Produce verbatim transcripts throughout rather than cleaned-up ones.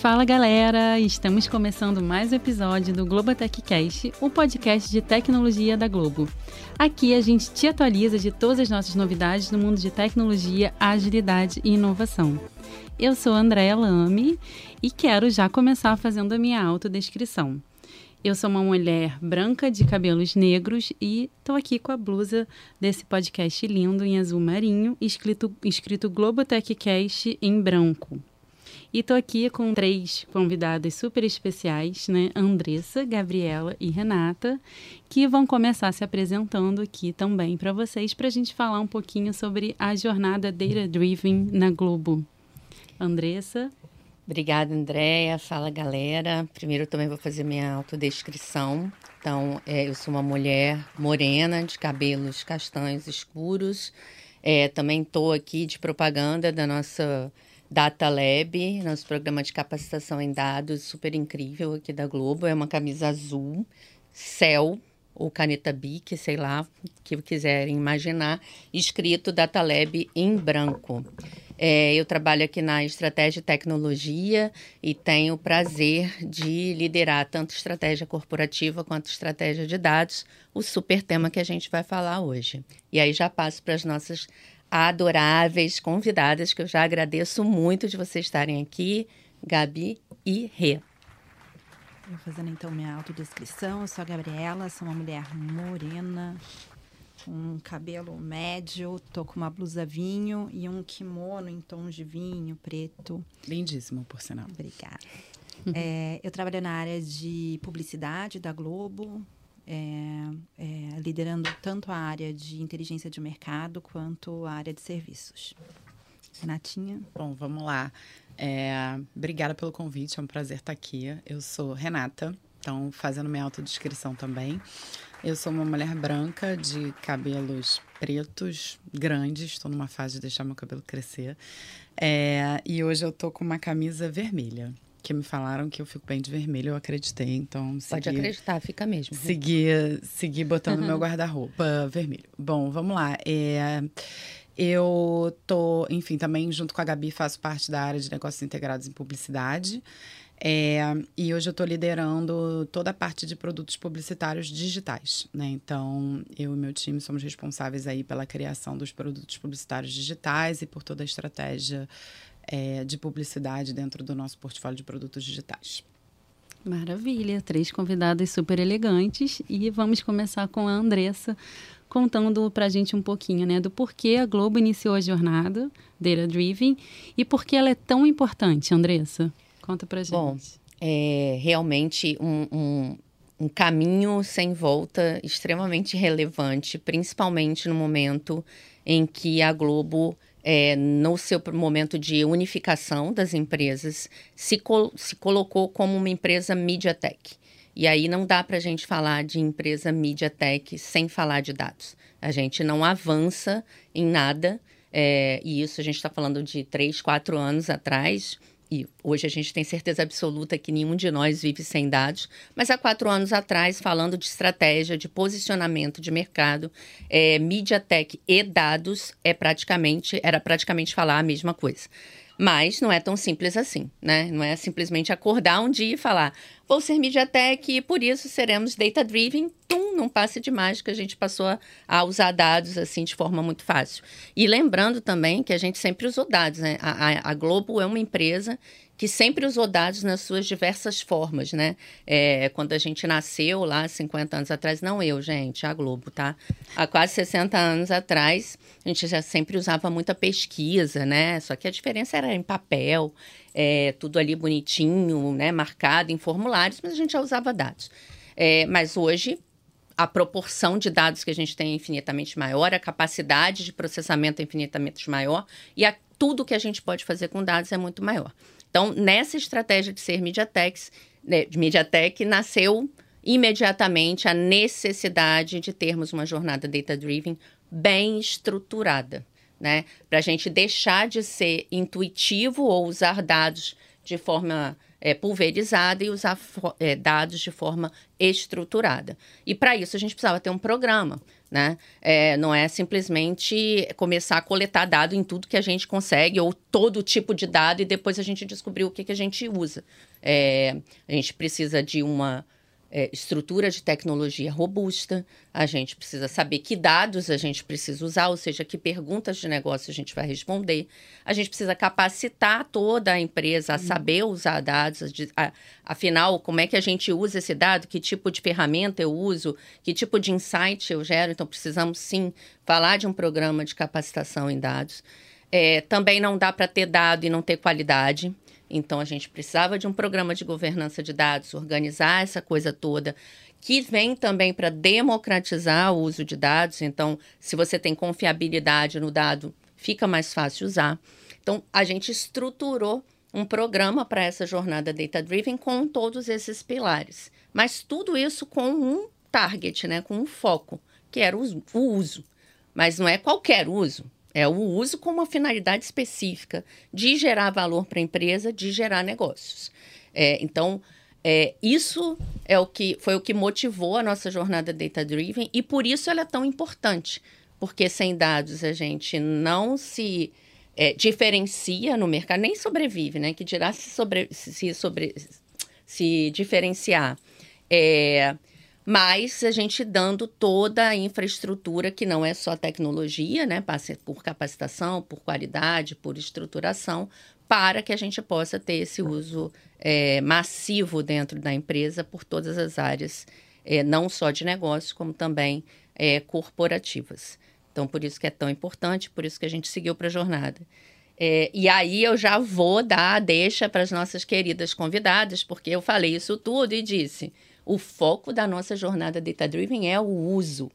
Fala galera, estamos começando mais um episódio do GloboTechCast, o podcast de tecnologia da Globo. Aqui a gente te atualiza de todas as nossas novidades no mundo de tecnologia, agilidade e inovação. Eu sou a Andréa Lame e quero já começar fazendo a minha autodescrição. Eu sou uma mulher branca de cabelos negros e estou aqui com a blusa desse podcast lindo em azul marinho, escrito, escrito GloboTechCast em branco. E estou aqui com três convidadas super especiais, né? Andressa, Gabriela e Renata, que vão começar se apresentando aqui também para vocês, para a gente falar um pouquinho sobre a jornada Data Driven na Globo. Andressa. Obrigada, Andréa. Fala, galera. Primeiro, eu também vou fazer minha autodescrição. Então, é, eu sou uma mulher morena, de cabelos castanhos escuros. É, também estou aqui de propaganda da nossa Data Lab, nosso programa de capacitação em dados, super incrível aqui da Globo. É uma camisa azul, céu ou caneta Bic, sei lá, o que quiserem imaginar, escrito Data Lab em branco. É, eu trabalho aqui na Estratégia e Tecnologia e tenho o prazer de liderar tanto estratégia corporativa quanto estratégia de dados, o super tema que a gente vai falar hoje. E aí já passo para as nossas adoráveis convidadas, que eu já agradeço muito de vocês estarem aqui, Gabi e Rê. Eu fazendo então minha autodescrição, eu sou a Gabriela, sou uma mulher morena, com um cabelo médio, tô com uma blusa vinho e um kimono em tons de vinho, preto. Lindíssimo, por sinal. Obrigada. É, eu trabalho na área de publicidade da Globo, É, é, liderando tanto a área de inteligência de mercado quanto a área de serviços. Renatinha? Bom, vamos lá. É, obrigada pelo convite, é um prazer estar aqui. Eu sou Renata, então fazendo minha autodescrição também. Eu sou uma mulher branca de cabelos pretos, grandes, estou numa fase de deixar meu cabelo crescer. É, e hoje eu tô com uma camisa vermelha. Que me falaram que eu fico bem de vermelho, eu acreditei, então... Segui, Pode acreditar, fica mesmo. Segui, segui botando meu guarda-roupa vermelho. Bom, vamos lá. É, eu tô, enfim, também junto com a Gabi faço parte da área de negócios integrados em publicidade. É, e hoje eu estou liderando toda a parte de produtos publicitários digitais, né? Então, eu e meu time somos responsáveis aí pela criação dos produtos publicitários digitais e por toda a estratégia É, de publicidade dentro do nosso portfólio de produtos digitais. Maravilha, três convidadas super elegantes e vamos começar com a Andressa contando pra gente um pouquinho, né, do porquê a Globo iniciou a jornada Data Driven e por que ela é tão importante, Andressa. Conta pra gente. Bom, é realmente um, um, um caminho sem volta extremamente relevante, principalmente no momento em que a Globo É, no seu momento de unificação das empresas, se, col- se colocou como uma empresa MediaTek. E aí não dá para a gente falar de empresa MediaTek sem falar de dados. A gente não avança em nada, é, e isso a gente está falando de três, quatro anos atrás, e hoje a gente tem certeza absoluta que nenhum de nós vive sem dados, mas há quatro anos atrás, falando de estratégia, de posicionamento de mercado, é, MediaTek e dados é praticamente, era praticamente falar a mesma coisa. Mas não é tão simples assim, né? Não é simplesmente acordar um dia e falar, vou ser MediaTek e por isso seremos data-driven. Tum, num passe de mágica, a gente passou a, a usar dados assim de forma muito fácil. E lembrando também que a gente sempre usou dados, né? A, a, a Globo é uma empresa que sempre usou dados nas suas diversas formas, né? É, quando a gente nasceu lá, cinquenta anos atrás, não eu, gente, a Globo, tá? Há quase sessenta anos atrás, a gente já sempre usava muita pesquisa, né? Só que a diferença era em papel, é, tudo ali bonitinho, né? Marcado em formulários, mas a gente já usava dados. É, mas hoje, a proporção de dados que a gente tem é infinitamente maior, a capacidade de processamento é infinitamente maior e a, tudo que a gente pode fazer com dados é muito maior. Então, nessa estratégia de ser MediaTek, né, MediaTek, nasceu imediatamente a necessidade de termos uma jornada data-driven bem estruturada, né? Para a gente deixar de ser intuitivo ou usar dados de forma é, pulverizada e usar é, dados de forma estruturada. E para isso a gente precisava ter um programa, né? É, não é simplesmente começar a coletar dado em tudo que a gente consegue ou todo tipo de dado e depois a gente descobrir o que, que a gente usa. É, a gente precisa de uma é, estrutura de tecnologia robusta, a gente precisa saber que dados a gente precisa usar, ou seja, que perguntas de negócio a gente vai responder. A gente precisa capacitar toda a empresa a saber usar dados, a, a, afinal, como é que a gente usa esse dado, que tipo de ferramenta eu uso, que tipo de insight eu gero. Então, precisamos, sim, falar de um programa de capacitação em dados. É, também não dá para ter dado e não ter qualidade. Então, a gente precisava de um programa de governança de dados, organizar essa coisa toda, que vem também para democratizar o uso de dados. Então, se você tem confiabilidade no dado, fica mais fácil usar. Então, a gente estruturou um programa para essa jornada data-driven com todos esses pilares. Mas tudo isso com um target, né? Com um foco, que era o uso. Mas não é qualquer uso. É o uso com uma finalidade específica de gerar valor para a empresa, de gerar negócios. É, então, é, isso é o que, foi o que motivou a nossa jornada data-driven e por isso ela é tão importante. Porque sem dados a gente não se é, diferencia no mercado, nem sobrevive, né? Que dirá se, sobre, se, sobre, se diferenciar. É... Mas a gente dando toda a infraestrutura, que não é só tecnologia, né? Passa por capacitação, por qualidade, por estruturação, para que a gente possa ter esse uso é, massivo dentro da empresa por todas as áreas, é, não só de negócio, como também é, corporativas. Então, por isso que é tão importante, por isso que a gente seguiu para a jornada. É, e aí eu já vou dar a deixa para as nossas queridas convidadas, porque eu falei isso tudo e disse... O foco da nossa jornada data-driven é o uso.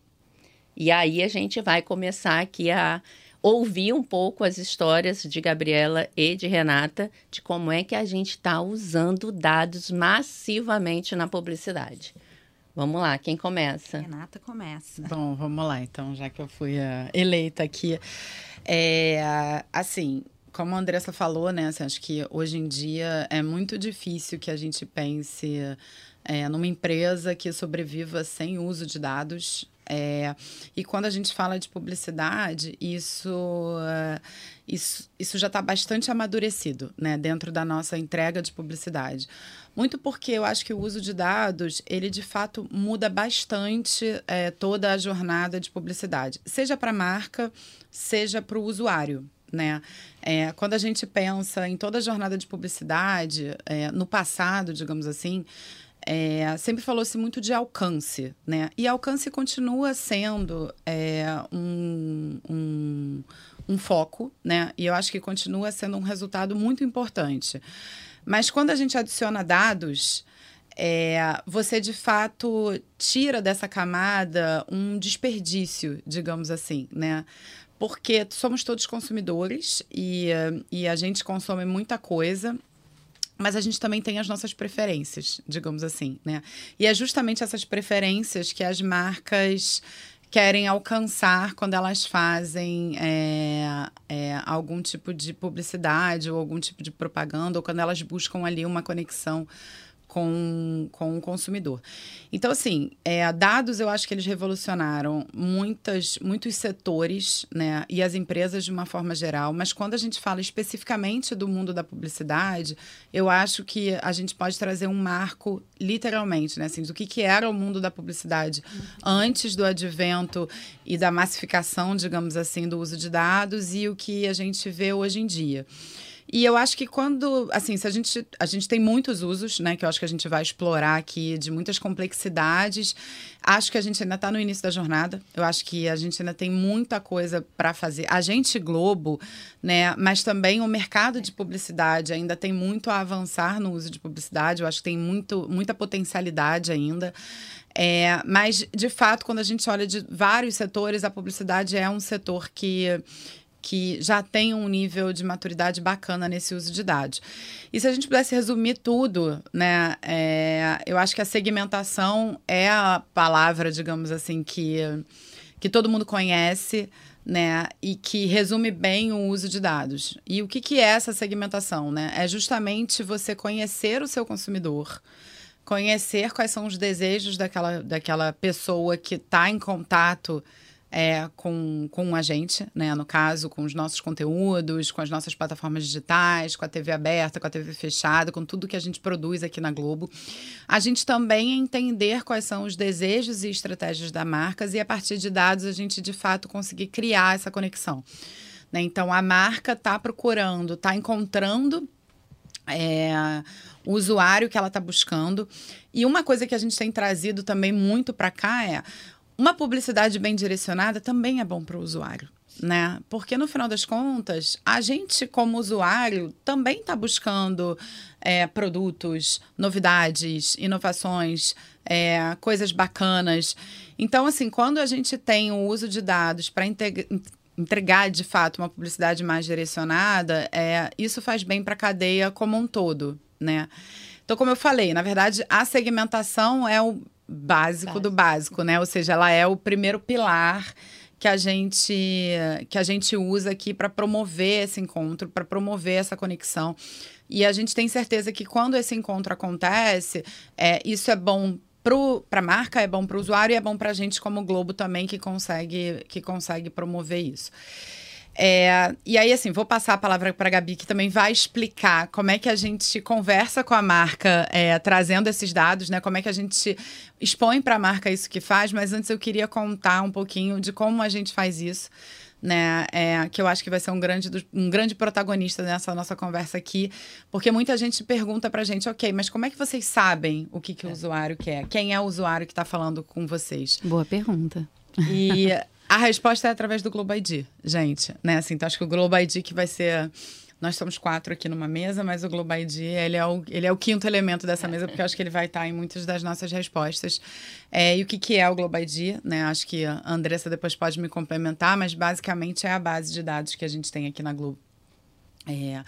E aí a gente vai começar aqui a ouvir um pouco as histórias de Gabriela e de Renata de como é que a gente está usando dados massivamente na publicidade. Vamos lá, quem começa? Renata começa. Bom, vamos lá então, já que eu fui uh, eleita aqui. É, assim... Como a Andressa falou, né? Assim, acho que hoje em dia é muito difícil que a gente pense é, numa empresa que sobreviva sem uso de dados. É, e quando a gente fala de publicidade, isso, uh, isso, isso já está bastante amadurecido, né? Dentro da nossa entrega de publicidade. Muito porque eu acho que o uso de dados, ele de fato muda bastante é, toda a jornada de publicidade. Seja para a marca, seja para o usuário. Né? É, quando a gente pensa em toda a jornada de publicidade, é, no passado, digamos assim, é, sempre falou-se muito de alcance, né? E alcance continua sendo é, um, um, um foco, né? E eu acho que continua sendo um resultado muito importante. Mas quando a gente adiciona dados, é, você de fato tira dessa camada um desperdício, digamos assim, né? Porque somos todos consumidores e, e a gente consome muita coisa, mas a gente também tem as nossas preferências, digamos assim, né? E é justamente essas preferências que as marcas querem alcançar quando elas fazem é, é, algum tipo de publicidade ou algum tipo de propaganda, ou quando elas buscam ali uma conexão com, com o consumidor. Então, assim, é, dados, eu acho que eles revolucionaram muitas, muitos setores, né, e as empresas de uma forma geral, mas quando a gente fala especificamente do mundo da publicidade, eu acho que a gente pode trazer um marco, literalmente, né, assim, do que, que era o mundo da publicidade uhum. antes do advento e da massificação, digamos assim, do uso de dados e o que a gente vê hoje em dia. E eu acho que quando, assim, se a gente, a gente tem muitos usos, né, que eu acho que a gente vai explorar aqui, de muitas complexidades. Acho que a gente ainda está no início da jornada. Eu acho que a gente ainda tem muita coisa para fazer. A gente, Globo, né, mas também o mercado de publicidade ainda tem muito a avançar no uso de publicidade. Eu acho que tem muito, muita potencialidade ainda. É, mas, de fato, quando a gente olha de vários setores, a publicidade é um setor que... que já tem um nível de maturidade bacana nesse uso de dados. E se a gente pudesse resumir tudo, né, é, eu acho que a segmentação é a palavra, digamos assim, que, que todo mundo conhece, né, e que resume bem o uso de dados. E o que, que é essa segmentação, né? É justamente você conhecer o seu consumidor, conhecer quais são os desejos daquela, daquela pessoa que está em contato é, com, com a gente, né? No caso, com os nossos conteúdos, com as nossas plataformas digitais, com a T V aberta, com a T V fechada, com tudo que a gente produz aqui na Globo. A gente também entender quais são os desejos e estratégias das marcas e, a partir de dados, a gente, de fato, conseguir criar essa conexão. Né? Então, a marca está procurando, está encontrando é, o usuário que ela está buscando. E uma coisa que a gente tem trazido também muito para cá é uma publicidade bem direcionada também é bom para o usuário, né? Porque, no final das contas, a gente, como usuário, também está buscando é, produtos, novidades, inovações, é, coisas bacanas. Então, assim, quando a gente tem o uso de dados para entregar, de fato, uma publicidade mais direcionada, é, isso faz bem para a cadeia como um todo, né? Então, como eu falei, na verdade, a segmentação é o básico, básico do básico, né? Ou seja, ela é o primeiro pilar que a gente, que a gente usa aqui para promover esse encontro, para promover essa conexão. E a gente tem certeza que quando esse encontro acontece, é, isso é bom para a marca, é bom para o usuário e é bom para a gente como Globo também, que consegue, que consegue promover isso. É, e aí, assim, vou passar a palavra para a Gabi, que também vai explicar como é que a gente conversa com a marca, é, trazendo esses dados, né? Como é que a gente expõe para a marca isso que faz. Mas antes eu queria contar um pouquinho de como a gente faz isso, né? É, que eu acho que vai ser um grande, um grande protagonista nessa nossa conversa aqui. Porque muita gente pergunta para a gente, ok, mas como é que vocês sabem o que, que o usuário quer? Quem é o usuário que está falando com vocês? Boa pergunta. E a resposta é através do Globo I D, gente, né? Assim, então acho que o Globo I D que vai ser... Nós somos quatro aqui numa mesa, mas o Globo I D, ele é o, ele é o quinto elemento dessa mesa, porque eu acho que ele vai estar em muitas das nossas respostas. É, e o que, que é o Globo I D, né? Acho que a Andressa depois pode me complementar, mas basicamente é a base de dados que a gente tem aqui na Globo. É,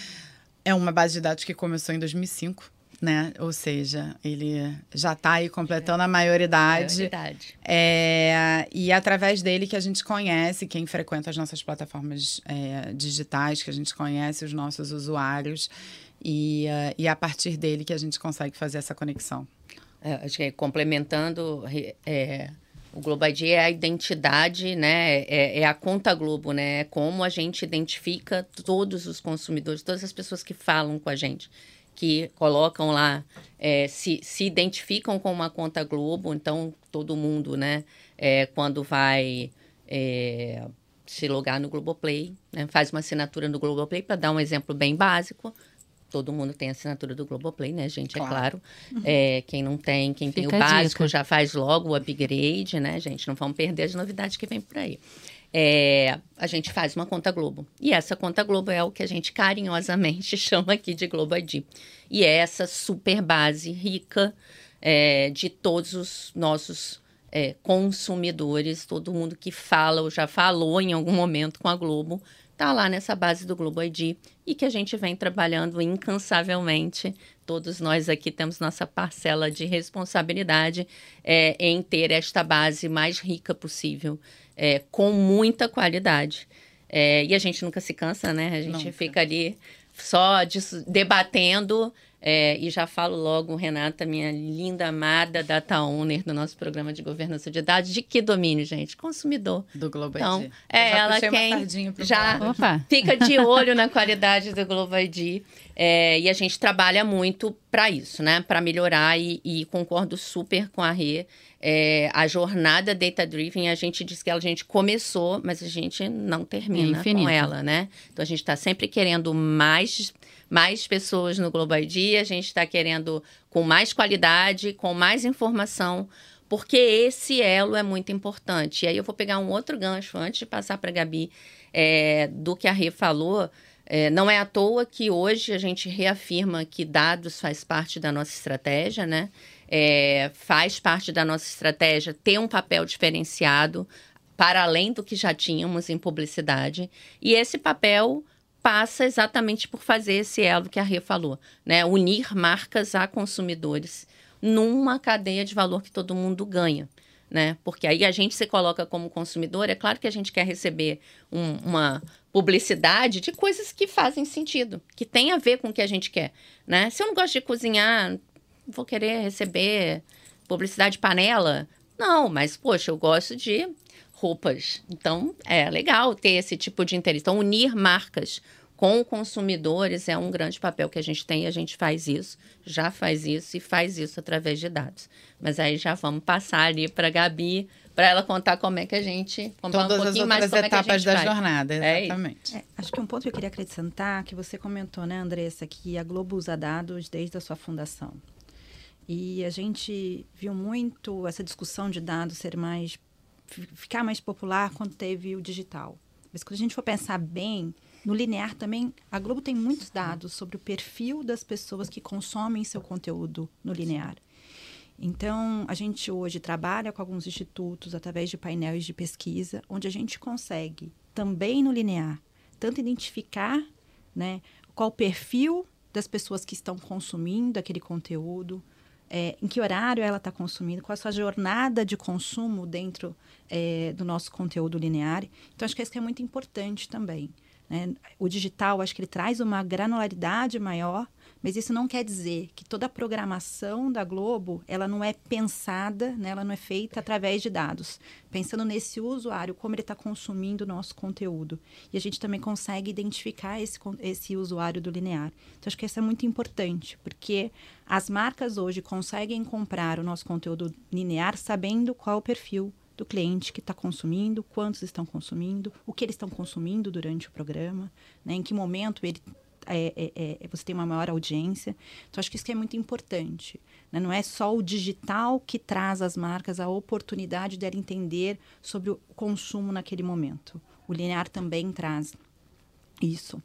é uma base de dados que começou em dois mil e cinco, né? Ou seja, ele já está aí completando a maioridade. maioridade. É, e é através dele que a gente conhece quem frequenta as nossas plataformas é, digitais, que a gente conhece os nossos usuários e, uh, e é a partir dele que a gente consegue fazer essa conexão. É, acho que é, complementando, é, o Globo I D é a identidade, né? É, é a conta Globo, né? É como a gente identifica todos os consumidores, todas as pessoas que falam com a gente, que colocam lá, é, se, se identificam com uma conta Globo. Então, todo mundo, né, é, quando vai é, se logar no Globoplay, né, faz uma assinatura no Globoplay, para dar um exemplo bem básico. Todo mundo tem assinatura do Globoplay, né, gente? Claro. É claro. É, quem não tem, quem Fica tem o básico já faz logo o upgrade, né, gente? Não vamos perder as novidades que vem por aí. É, a gente faz uma conta Globo. E essa conta Globo é o que a gente carinhosamente chama aqui de Globo I D. E é essa super base rica é, de todos os nossos é, consumidores. Todo mundo que fala ou já falou em algum momento com a Globo está lá nessa base do Globo I D. E que a gente vem trabalhando incansavelmente. Todos nós aqui temos nossa parcela de responsabilidade é, em ter esta base mais rica possível. É, com muita qualidade. É, e a gente nunca se cansa, né? A gente nunca. Fica ali só disso, debatendo. É, e já falo logo, Renata, minha linda, amada data owner do nosso programa de governança de dados. De que domínio, gente? Consumidor. Do Globo então, I D. É ela quem já fica de olho na qualidade do Globo I D. É, e a gente trabalha muito para isso, né? Para melhorar e, e concordo super com a Rê. É, a jornada Data Driven, a gente diz que a gente começou, mas a gente não termina é com ela, né? Então, a gente está sempre querendo mais, mais pessoas no Globo I D, a gente está querendo com mais qualidade, com mais informação, porque esse elo é muito importante. E aí eu vou pegar um outro gancho antes de passar para a Gabi, é, do que a Rê falou. É, não é à toa que hoje a gente reafirma que dados faz parte da nossa estratégia, né? É, faz parte da nossa estratégia ter um papel diferenciado para além do que já tínhamos em publicidade. E esse papel passa exatamente por fazer esse elo que a Rê falou, né? Unir marcas a consumidores numa cadeia de valor que todo mundo ganha. né? Porque aí a gente se coloca como consumidor, é claro que a gente quer receber um, uma publicidade de coisas que fazem sentido, que tem a ver com o que a gente quer, né? Se eu não gosto de cozinhar, vou querer receber publicidade de panela? Não, mas, poxa, eu gosto de roupas. Então, é legal ter esse tipo de interesse. Então, unir marcas com consumidores é um grande papel que a gente tem e a gente faz isso, já faz isso e faz isso através de dados. Mas aí já vamos passar ali para a Gabi, para ela contar como é que a gente... Contar Todas um pouquinho as mais outras como etapas é da faz. jornada, exatamente. É, acho que um ponto que eu queria acrescentar, que você comentou, né, Andressa, que a Globo usa dados desde a sua fundação. E a gente viu muito essa discussão de dados ser mais... ficar mais popular quando teve o digital. Mas quando a gente for pensar bem, no linear também, a Globo tem muitos dados sobre o perfil das pessoas que consomem seu conteúdo no linear. Então, a gente hoje trabalha com alguns institutos através de painéis de pesquisa, onde a gente consegue, também no linear, tanto identificar, né, qual o perfil das pessoas que estão consumindo aquele conteúdo, é, em que horário ela está consumindo, qual a sua jornada de consumo dentro é, do nosso conteúdo linear. Então, acho que isso que é muito importante também. Né? O digital, acho que ele traz uma granularidade maior, mas isso não quer dizer que toda a programação da Globo, ela não é pensada, né? Ela não é feita através de dados. Pensando nesse usuário, como ele está consumindo o nosso conteúdo. E a gente também consegue identificar esse, esse usuário do linear. Então, acho que isso é muito importante, porque as marcas hoje conseguem comprar o nosso conteúdo linear sabendo qual é o perfil do cliente que está consumindo, quantos estão consumindo, o que eles estão consumindo durante o programa, né? Em que momento ele, é, é, é, você tem uma maior audiência. Então, acho que isso que é muito importante. Né? Não é só o digital que traz às marcas a oportunidade de ela entender sobre o consumo naquele momento. O linear também traz isso.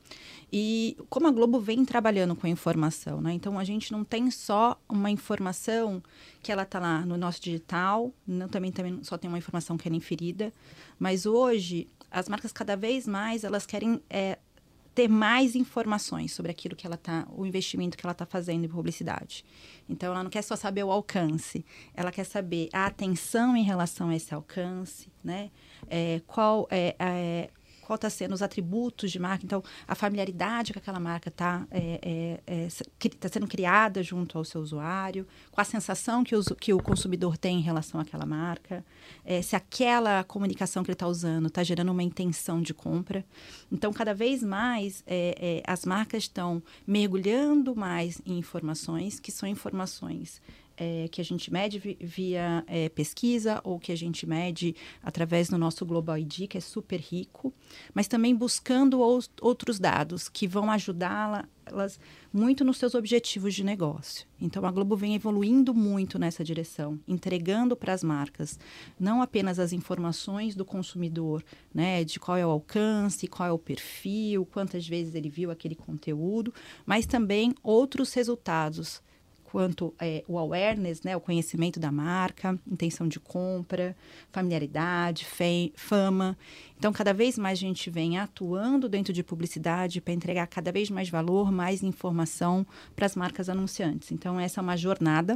E como a Globo vem trabalhando com a informação, né? Então, a gente não tem só uma informação que ela está lá no nosso digital, não, também, também só tem uma informação que é inferida, mas hoje, as marcas cada vez mais, elas querem é, ter mais informações sobre aquilo que ela tá, o investimento que ela está fazendo em publicidade. Então, ela não quer só saber o alcance, ela quer saber a atenção em relação a esse alcance, né? É, qual é... é qual está sendo os atributos de marca, então a familiaridade que aquela marca está é, é, é, tá sendo criada junto ao seu usuário, qual a sensação que, os, que o consumidor tem em relação àquela marca, é, se aquela comunicação que ele está usando está gerando uma intenção de compra. Então, cada vez mais é, é, as marcas estão mergulhando mais em informações que são informações É, que a gente mede via é, pesquisa ou que a gente mede através do nosso Global I D, que é super rico, mas também buscando os, outros dados que vão ajudá-las muito nos seus objetivos de negócio. Então, a Globo vem evoluindo muito nessa direção, entregando para as marcas não apenas as informações do consumidor, né, de qual é o alcance, qual é o perfil, quantas vezes ele viu aquele conteúdo, mas também outros resultados, quanto é, o awareness, né, o conhecimento da marca, intenção de compra, familiaridade, fe- fama. Então, cada vez mais a gente vem atuando dentro de publicidade para entregar cada vez mais valor, mais informação para as marcas anunciantes. Então, essa é uma jornada,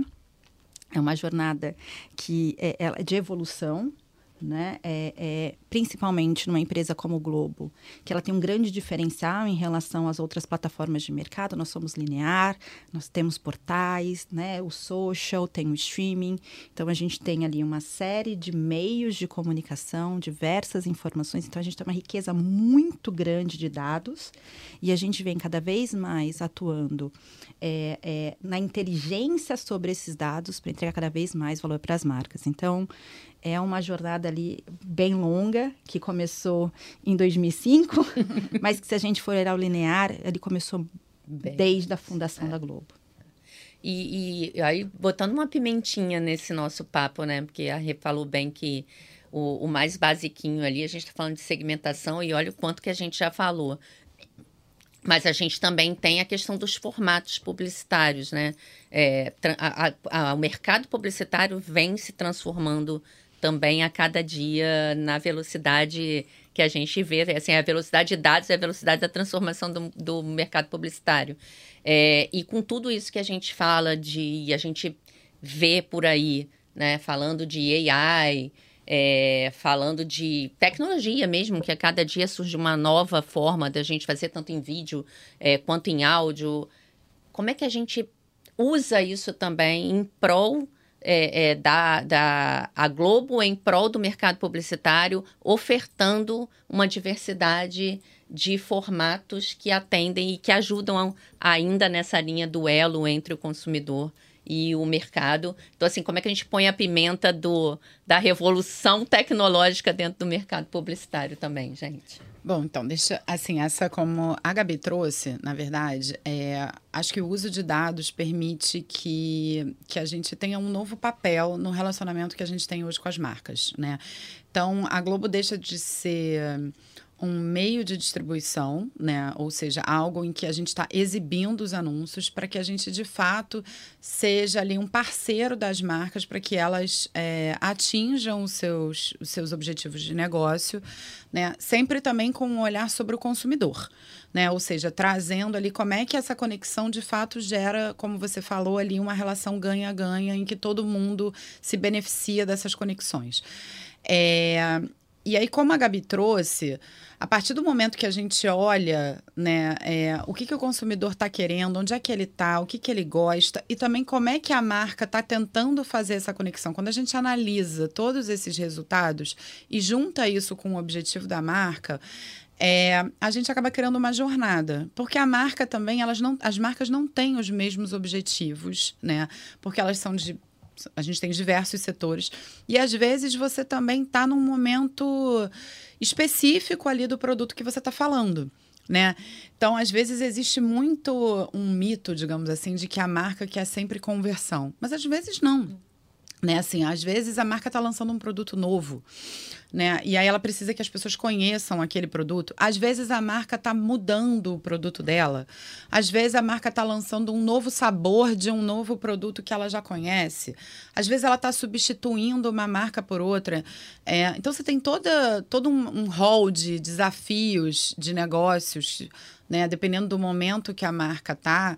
é uma jornada que é, é de evolução, né? É, é, principalmente numa empresa como o Globo, que ela tem um grande diferencial em relação às outras plataformas de mercado. Nós somos linear, nós temos portais, né? O social, tem o streaming. Então, a gente tem ali uma série de meios de comunicação, diversas informações. Então, a gente tem uma riqueza muito grande de dados e a gente vem cada vez mais atuando é, é, na inteligência sobre esses dados para entregar cada vez mais valor para as marcas. Então, é uma jornada ali bem longa, que começou em dois mil e cinco, mas que se a gente for olhar o linear, ele começou bem, desde a fundação é. da Globo. E, e aí, botando uma pimentinha nesse nosso papo, né? Porque a Rê falou bem que o, o mais basiquinho ali, a gente está falando de segmentação e olha o quanto que a gente já falou. Mas a gente também tem a questão dos formatos publicitários, né? É, a, a, a, o mercado publicitário vem se transformando também a cada dia na velocidade que a gente vê, assim, a velocidade de dados e a velocidade da transformação do, do mercado publicitário. É, e com tudo isso que a gente fala de, a gente vê por aí, né? Falando de A I, é, falando de tecnologia mesmo, que a cada dia surge uma nova forma da gente fazer tanto em vídeo é, quanto em áudio. Como é que a gente usa isso também em prol é, é, da, da a Globo, em prol do mercado publicitário, ofertando uma diversidade de formatos que atendem e que ajudam a, ainda nessa linha do elo entre o consumidor e o mercado. Então, assim, como é que a gente põe a pimenta do, da revolução tecnológica dentro do mercado publicitário também, gente? Bom, então, deixa, assim, essa como a Gabi trouxe, na verdade, é, acho que o uso de dados permite que, que a gente tenha um novo papel no relacionamento que a gente tem hoje com as marcas, né? Então, a Globo deixa de ser um meio de distribuição, né? Ou seja, algo em que a gente está exibindo os anúncios para que a gente, de fato, seja ali um parceiro das marcas para que elas é, atinjam os seus, os seus objetivos de negócio, né? Sempre também com um olhar sobre o consumidor, né? Ou seja, trazendo ali como é que essa conexão, de fato, gera, como você falou ali, uma relação ganha-ganha em que todo mundo se beneficia dessas conexões. É... E aí, como a Gabi trouxe, a partir do momento que a gente olha, né, é, o que, que o consumidor está querendo, onde é que ele está, o que, que ele gosta, e também como é que a marca está tentando fazer essa conexão. Quando a gente analisa todos esses resultados e junta isso com o objetivo da marca, é, a gente acaba criando uma jornada. Porque a marca também, elas não, as marcas não têm os mesmos objetivos, né? Porque elas são de... A gente tem diversos setores. E, às vezes, você também está num momento específico ali do produto que você está falando, né? Então, às vezes, existe muito um mito, digamos assim, de que a marca quer sempre conversão. Mas, às vezes, não. Né? Assim, às vezes, a marca está lançando um produto novo, né? E aí ela precisa que as pessoas conheçam aquele produto. Às vezes a marca está mudando o produto dela. Às vezes a marca está lançando um novo sabor de um novo produto que ela já conhece. Às vezes ela está substituindo uma marca por outra. É, então você tem toda, todo um, um hall de desafios de negócios, né? Dependendo do momento que a marca está,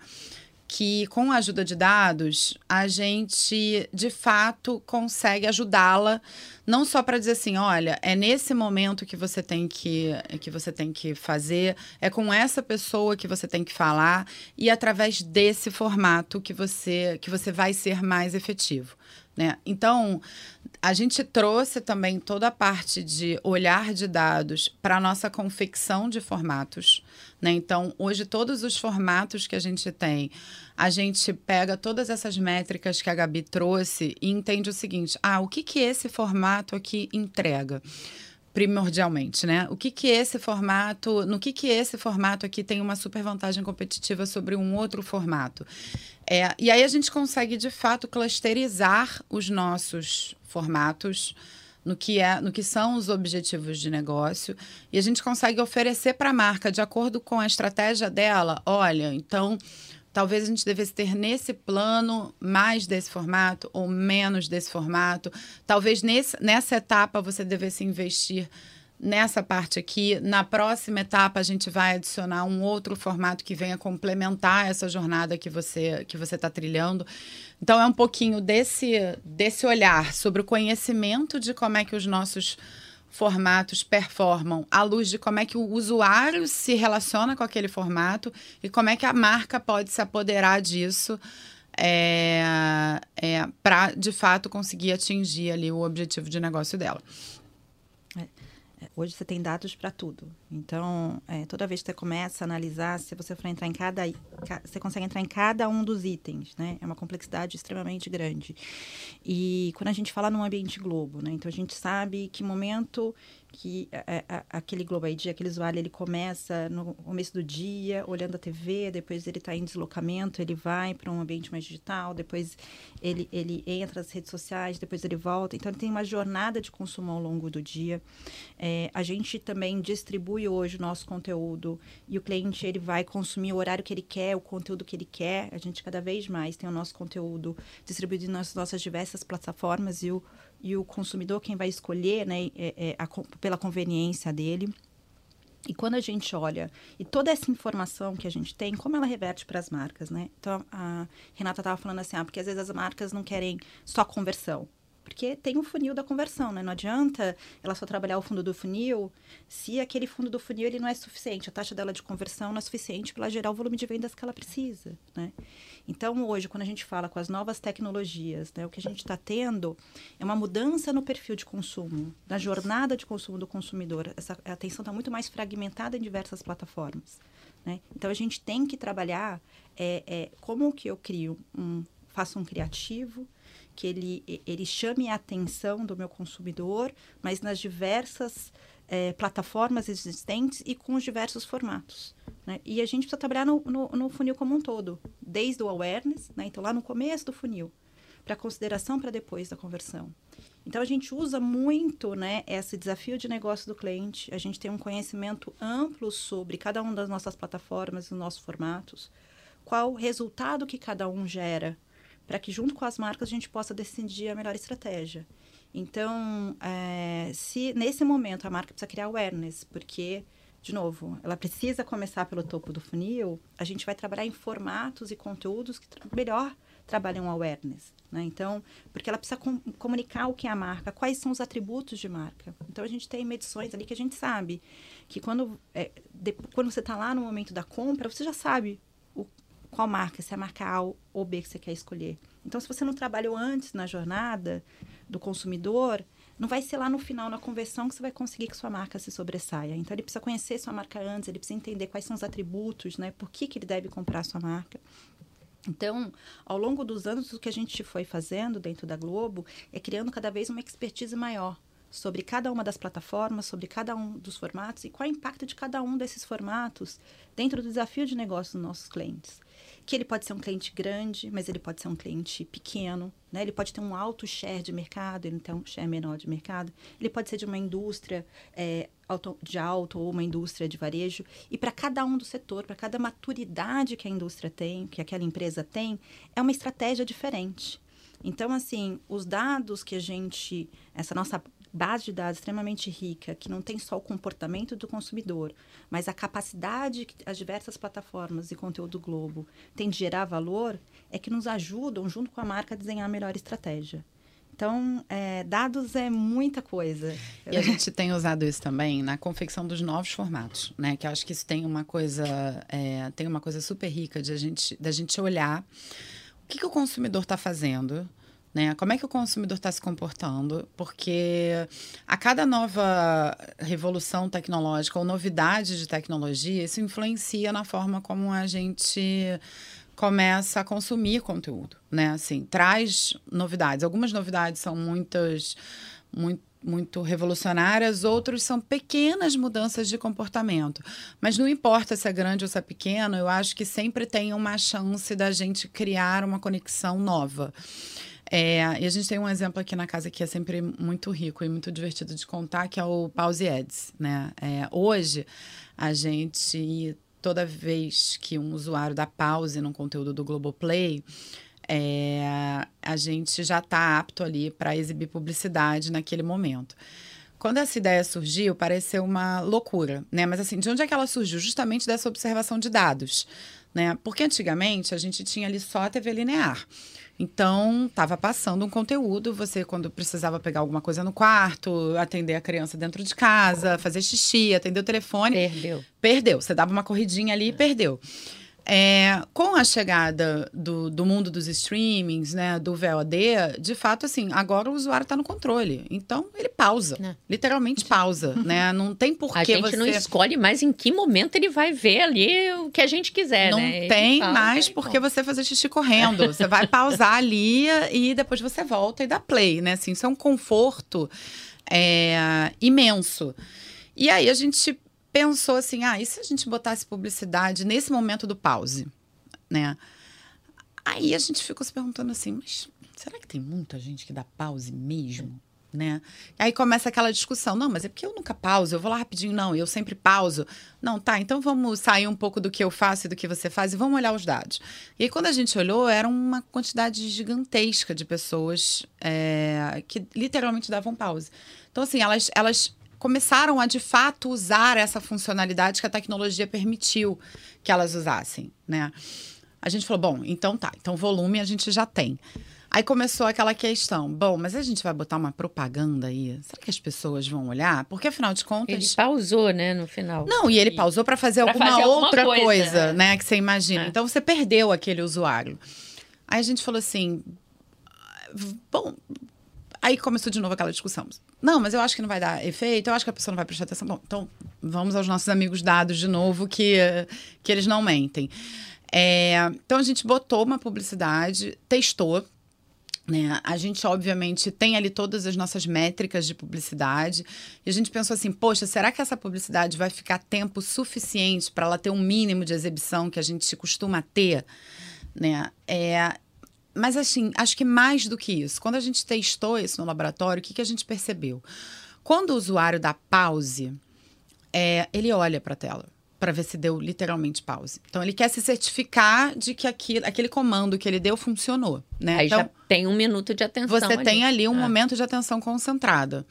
que com a ajuda de dados, a gente, de fato, consegue ajudá-la, não só para dizer assim, olha, é nesse momento que você tem que, que você tem que fazer, é com essa pessoa que você tem que falar, e através desse formato que você, que você vai ser mais efetivo, né? Então, a gente trouxe também toda a parte de olhar de dados para a nossa confecção de formatos, né? Então, hoje, todos os formatos que a gente tem, a gente pega todas essas métricas que a Gabi trouxe e entende o seguinte, ah, o que, que esse formato aqui entrega? Primordialmente, né? O que que esse formato, no que que esse formato aqui tem uma super vantagem competitiva sobre um outro formato? É, e aí a gente consegue, de fato, clusterizar os nossos formatos no que, é, no que são os objetivos de negócio e a gente consegue oferecer para a marca, de acordo com a estratégia dela, olha, então... Talvez a gente devesse ter nesse plano mais desse formato ou menos desse formato. Talvez nesse, nessa etapa você devesse investir nessa parte aqui. Na próxima etapa a gente vai adicionar um outro formato que venha complementar essa jornada que você que você está trilhando. Então é um pouquinho desse, desse olhar sobre o conhecimento de como é que os nossos formatos performam à luz de como é que o usuário se relaciona com aquele formato e como é que a marca pode se apoderar disso é, é, para, de fato, conseguir atingir ali o objetivo de negócio dela. É. Hoje você tem dados para tudo. Então, é, toda vez que você começa a analisar, se você for entrar em cada... Você consegue entrar em cada um dos itens, né? É uma complexidade extremamente grande. E quando a gente fala num ambiente Globo, né? Então, a gente sabe que momento que a, a, aquele Globo I D, aquele usuário, ele começa no começo do dia, olhando a T V, depois ele está em deslocamento, ele vai para um ambiente mais digital, depois ele, ele entra nas redes sociais, depois ele volta. Então, ele tem uma jornada de consumo ao longo do dia. É, a gente também distribui hoje o nosso conteúdo e o cliente ele vai consumir o horário que ele quer, o conteúdo que ele quer. A gente cada vez mais tem o nosso conteúdo distribuído nas nossas diversas plataformas e o, e o consumidor quem vai escolher, né, é, é, a, pela conveniência dele. E quando a gente olha, e toda essa informação que a gente tem, como ela reverte para as marcas, né? Então, a Renata estava falando assim, ah, porque às vezes as marcas não querem só conversão. Porque tem um funil da conversão, né? Não adianta ela só trabalhar o fundo do funil se aquele fundo do funil ele não é suficiente. A taxa dela de conversão não é suficiente para ela gerar o volume de vendas que ela precisa, né? Então, hoje, quando a gente fala com as novas tecnologias, né, o que a gente está tendo é uma mudança no perfil de consumo, na jornada de consumo do consumidor. Essa a atenção está muito mais fragmentada em diversas plataformas, né? Então, a gente tem que trabalhar é, é, como que eu crio um, faço um criativo, que ele, ele chame a atenção do meu consumidor, mas nas diversas é, plataformas existentes e com os diversos formatos, né? E a gente precisa trabalhar no, no, no funil como um todo, desde o awareness, né? Então lá no começo do funil, para consideração para depois da conversão. Então a gente usa muito, né, esse desafio de negócio do cliente, a gente tem um conhecimento amplo sobre cada uma das nossas plataformas, dos nossos formatos, qual o resultado que cada um gera, para que junto com as marcas a gente possa decidir a melhor estratégia. Então, é, se nesse momento a marca precisa criar awareness, porque, de novo, ela precisa começar pelo topo do funil, a gente vai trabalhar em formatos e conteúdos que tra- melhor trabalham awareness, né? Então, porque ela precisa com- comunicar o que é a marca, quais são os atributos de marca. Então, a gente tem medições ali que a gente sabe que quando, é, de, quando você está lá no momento da compra, você já sabe o qual marca, se é a marca A ou B que você quer escolher. Então, se você não trabalhou antes na jornada do consumidor, não vai ser lá no final, na conversão, que você vai conseguir que sua marca se sobressaia. Então, ele precisa conhecer sua marca antes, ele precisa entender quais são os atributos, né? Por que, que ele deve comprar a sua marca. Então, ao longo dos anos, o que a gente foi fazendo dentro da Globo é criando cada vez uma expertise maior sobre cada uma das plataformas, sobre cada um dos formatos e qual é o impacto de cada um desses formatos dentro do desafio de negócio dos nossos clientes. Que ele pode ser um cliente grande, mas ele pode ser um cliente pequeno, né? Ele pode ter um alto share de mercado, ele tem um share menor de mercado. Ele pode ser de uma indústria é, auto, de alto ou uma indústria de varejo. E para cada um do setor, para cada maturidade que a indústria tem, que aquela empresa tem, é uma estratégia diferente. Então, assim, os dados que a gente... Essa nossa base de dados extremamente rica, que não tem só o comportamento do consumidor, mas a capacidade que as diversas plataformas e conteúdo Globo têm de gerar valor, é que nos ajudam, junto com a marca, a desenhar a melhor estratégia. Então, é, dados é muita coisa. E a gente tem usado isso também na confecção dos novos formatos, né? Que eu acho que isso tem uma coisa, é, tem uma coisa super rica de a gente, da gente olhar o que, que o consumidor está fazendo, né? Como é que o consumidor está se comportando? Porque a cada nova revolução tecnológica ou novidade de tecnologia, isso influencia na forma como a gente começa a consumir conteúdo, né? Assim, traz novidades. Algumas novidades são muitas, muito, muito revolucionárias, outros são pequenas mudanças de comportamento. Mas não importa se é grande ou se é pequeno, eu acho que sempre tem uma chance da gente criar uma conexão nova. É, e a gente tem um exemplo aqui na casa que é sempre muito rico e muito divertido de contar, que é o Pause Ads, né? É, hoje, a gente, toda vez que um usuário dá pause num conteúdo do Globoplay, é, a gente já está apto ali para exibir publicidade naquele momento. Quando essa ideia surgiu, pareceu uma loucura, né? Mas assim, de onde é que ela surgiu? Justamente dessa observação de dados, né? Porque antigamente a gente tinha ali só a T V linear. Então, estava passando um conteúdo, você, quando precisava pegar alguma coisa no quarto, atender a criança dentro de casa, fazer xixi, atender o telefone... Perdeu. Perdeu. Você dava uma corridinha ali e perdeu. É, com a chegada do, do mundo dos streamings, né, do V O D, de fato, assim, agora o usuário está no controle. Então, ele pausa. É. Literalmente pausa, né? Não tem porquê você... A gente você... não escolhe mais em que momento ele vai ver ali o que a gente quiser, não né? Não tem mais porque você fazer xixi correndo. Você vai pausar ali e depois você volta e dá play, né? Assim, isso é um conforto é, imenso. E aí, a gente... pensou assim, ah, e se a gente botasse publicidade nesse momento do pause, né? Aí a gente ficou se perguntando assim, mas será que tem muita gente que dá pause mesmo, né? E aí começa aquela discussão, não, mas é porque eu nunca pauso, eu vou lá rapidinho, não, eu sempre pauso. Não, tá, então vamos sair um pouco do que eu faço e do que você faz e vamos olhar os dados. E aí quando a gente olhou, era uma quantidade gigantesca de pessoas é, que literalmente davam pause. Então assim, elas... elas começaram a, de fato, usar essa funcionalidade que a tecnologia permitiu que elas usassem, né? A gente falou, bom, então tá, então volume a gente já tem. Aí começou aquela questão, bom, mas a gente vai botar uma propaganda aí? Será que as pessoas vão olhar? Porque, afinal de contas... Ele pausou, né, no final. Não, e ele pausou para fazer pra alguma fazer outra alguma coisa, coisa, né, que você imagina. É. Então, você perdeu aquele usuário. Aí a gente falou assim, bom... Aí começou de novo aquela discussão. Não, mas eu acho que não vai dar efeito, eu acho que a pessoa não vai prestar atenção. Bom, então vamos aos nossos amigos dados de novo, que, que eles não mentem. É, então a gente botou uma publicidade, testou, né? A gente, obviamente, tem ali todas as nossas métricas de publicidade. E a gente pensou assim, poxa, será que essa publicidade vai ficar tempo suficiente para ela ter um mínimo de exibição que a gente costuma ter? Né? É... Mas, assim, acho que mais do que isso. Quando a gente testou isso no laboratório, o que, que a gente percebeu? Quando o usuário dá pause, é, ele olha para a tela para ver se deu literalmente pause. Então, ele quer se certificar de que aquilo, aquele comando que ele deu funcionou. Né? Aí então, já tem um minuto de atenção Você ali. tem ali um Ah. momento de atenção concentrada.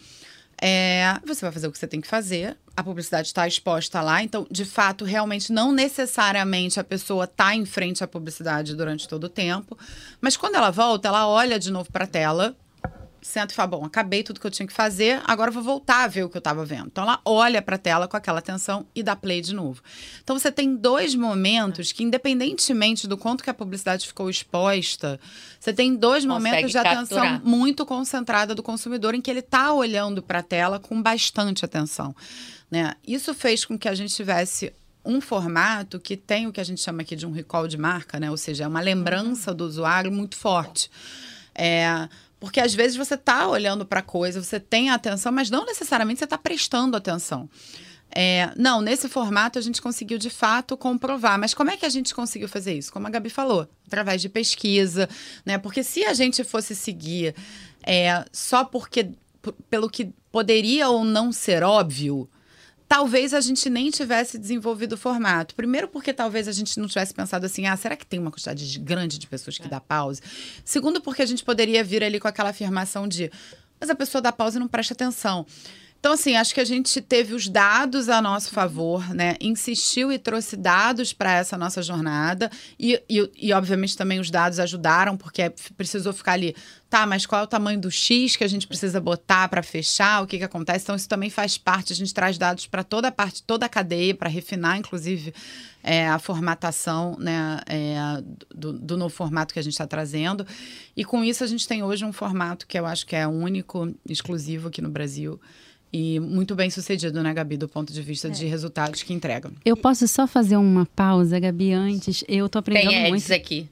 É, você vai fazer o que você tem que fazer, a publicidade está exposta lá, então, de fato, realmente, não necessariamente a pessoa está em frente à publicidade durante todo o tempo, mas quando ela volta, ela olha de novo para a tela, senta e fala, bom, acabei tudo que eu tinha que fazer, agora eu vou voltar a ver o que eu estava vendo. Então, ela olha para a tela com aquela atenção e dá play de novo. Então, você tem dois momentos que, independentemente do quanto que a publicidade ficou exposta, você tem dois Consegue momentos de atenção capturar. muito concentrada do consumidor, em que ele está olhando para a tela com bastante atenção. Né? Isso fez com que a gente tivesse um formato que tem o que a gente chama aqui de um recall de marca, né? Ou seja, é uma lembrança do usuário muito forte. É... Porque, às vezes, você está olhando para a coisa, você tem atenção, mas não necessariamente você está prestando atenção. É, não, nesse formato a gente conseguiu, de fato, comprovar. Mas como é que a gente conseguiu fazer isso? Como a Gabi falou, através de pesquisa, né? Porque se a gente fosse seguir é, só porque, p- pelo que poderia ou não ser óbvio, talvez a gente nem tivesse desenvolvido o formato. Primeiro porque talvez a gente não tivesse pensado assim, ah, será que tem uma quantidade de- grande de pessoas que dá pause? Segundo porque a gente poderia vir ali com aquela afirmação de, mas a pessoa dá pause e não presta atenção. Então, assim, acho que a gente teve os dados a nosso favor, né? Insistiu e trouxe dados para essa nossa jornada. E, e, e, obviamente, também os dados ajudaram, porque precisou ficar ali. Tá, mas qual é o tamanho do X que a gente precisa botar para fechar? O que, que acontece? Então, isso também faz parte. A gente traz dados para toda a parte, toda a cadeia, para refinar, inclusive, é, a formatação, né, é, do, do novo formato que a gente está trazendo. E, com isso, a gente tem hoje um formato que eu acho que é único, exclusivo aqui no Brasil. E muito bem sucedido, né, Gabi, do ponto de vista é. de resultados que entregam. Eu posso só fazer uma pausa, Gabi, antes? Eu tô aprendendo Tem muito. ads aqui.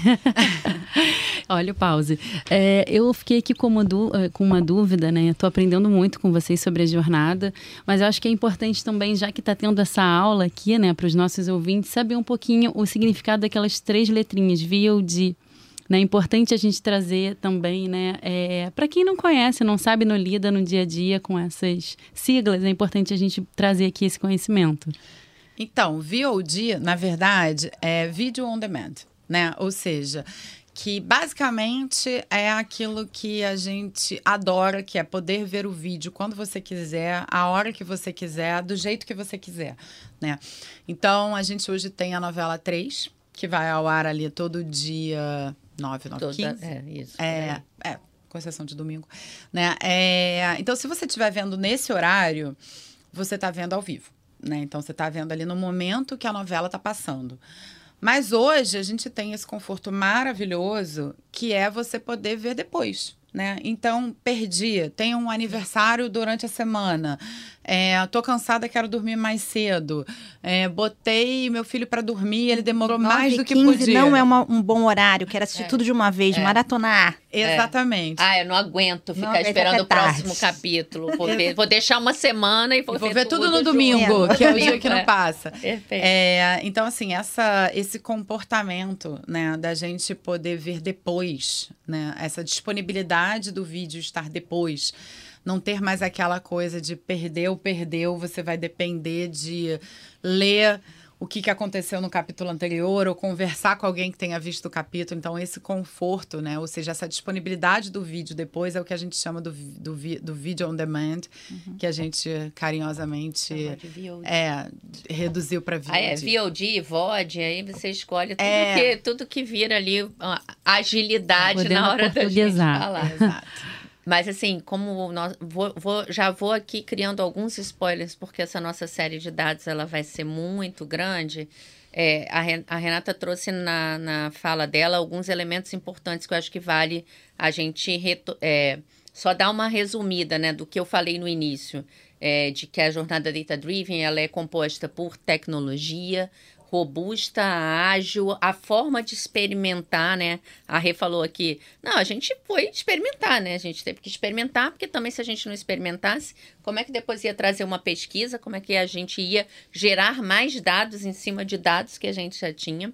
Olha o pause. É, eu fiquei aqui com uma, du- com uma dúvida, né? Estou aprendendo muito com vocês sobre a jornada, mas eu acho que é importante também, já que está tendo essa aula aqui, né, para os nossos ouvintes, saber um pouquinho o significado daquelas três letrinhas, V O D. É importante a gente trazer também, né, é, para quem não conhece, não sabe, não lida no dia a dia com essas siglas, é importante a gente trazer aqui esse conhecimento. Então, V O D, na verdade, é Video on Demand, né? Ou seja, que basicamente é aquilo que a gente adora, que é poder ver o vídeo quando você quiser, a hora que você quiser, do jeito que você quiser, né? Então, a gente hoje tem a novela três, que vai ao ar ali todo dia nove, nove, quinze. É, isso. É, é, com exceção de domingo, né? É, então, se você estiver vendo nesse horário, você está vendo ao vivo, né? Então, você está vendo ali no momento que a novela está passando. Mas hoje a gente tem esse conforto maravilhoso que é você poder ver depois, né? Então, perdi, tem um aniversário durante a semana, é, tô cansada, quero dormir mais cedo, é, botei meu filho para dormir, ele demorou mais do que podia. Não é uma, um bom horário, quero assistir É. tudo de uma vez, É. maratonar. Exatamente. Ah, eu não aguento ficar Não aguento esperando até o próximo tarde. capítulo. Vou, ver, vou deixar uma semana e vou, E vou ver, ver tudo no junto. domingo, É. que é o dia que não É. passa. Perfeito. É, então, assim, essa, esse comportamento, né, da gente poder ver depois, né, essa disponibilidade do vídeo estar depois, não ter mais aquela coisa de perdeu, perdeu, você vai depender de ler o que, que aconteceu no capítulo anterior, ou conversar com alguém que tenha visto o capítulo. Então, esse conforto, né? Ou seja, essa disponibilidade do vídeo depois é o que a gente chama do, do, do vídeo on demand, uhum. que a gente carinhosamente é, reduziu para V O D. Ah, é, V O D, V O D, aí você escolhe tudo, é. que, tudo que vira ali, a agilidade Podendo na hora da gente falar. Exato. Mas, assim, como nós, vou, vou, já vou aqui criando alguns spoilers, porque essa nossa série de dados ela vai ser muito grande. É, a, a Renata trouxe na, na fala dela alguns elementos importantes que eu acho que vale a gente reto, é, só dar uma resumida, né, do que eu falei no início, é, de que a jornada Data Driven ela é composta por tecnologia, robusta, ágil, a forma de experimentar, né? A Rê falou aqui, não, a gente foi experimentar, né? A gente teve que experimentar, porque também se a gente não experimentasse, como é que depois ia trazer uma pesquisa, como é que a gente ia gerar mais dados em cima de dados que a gente já tinha.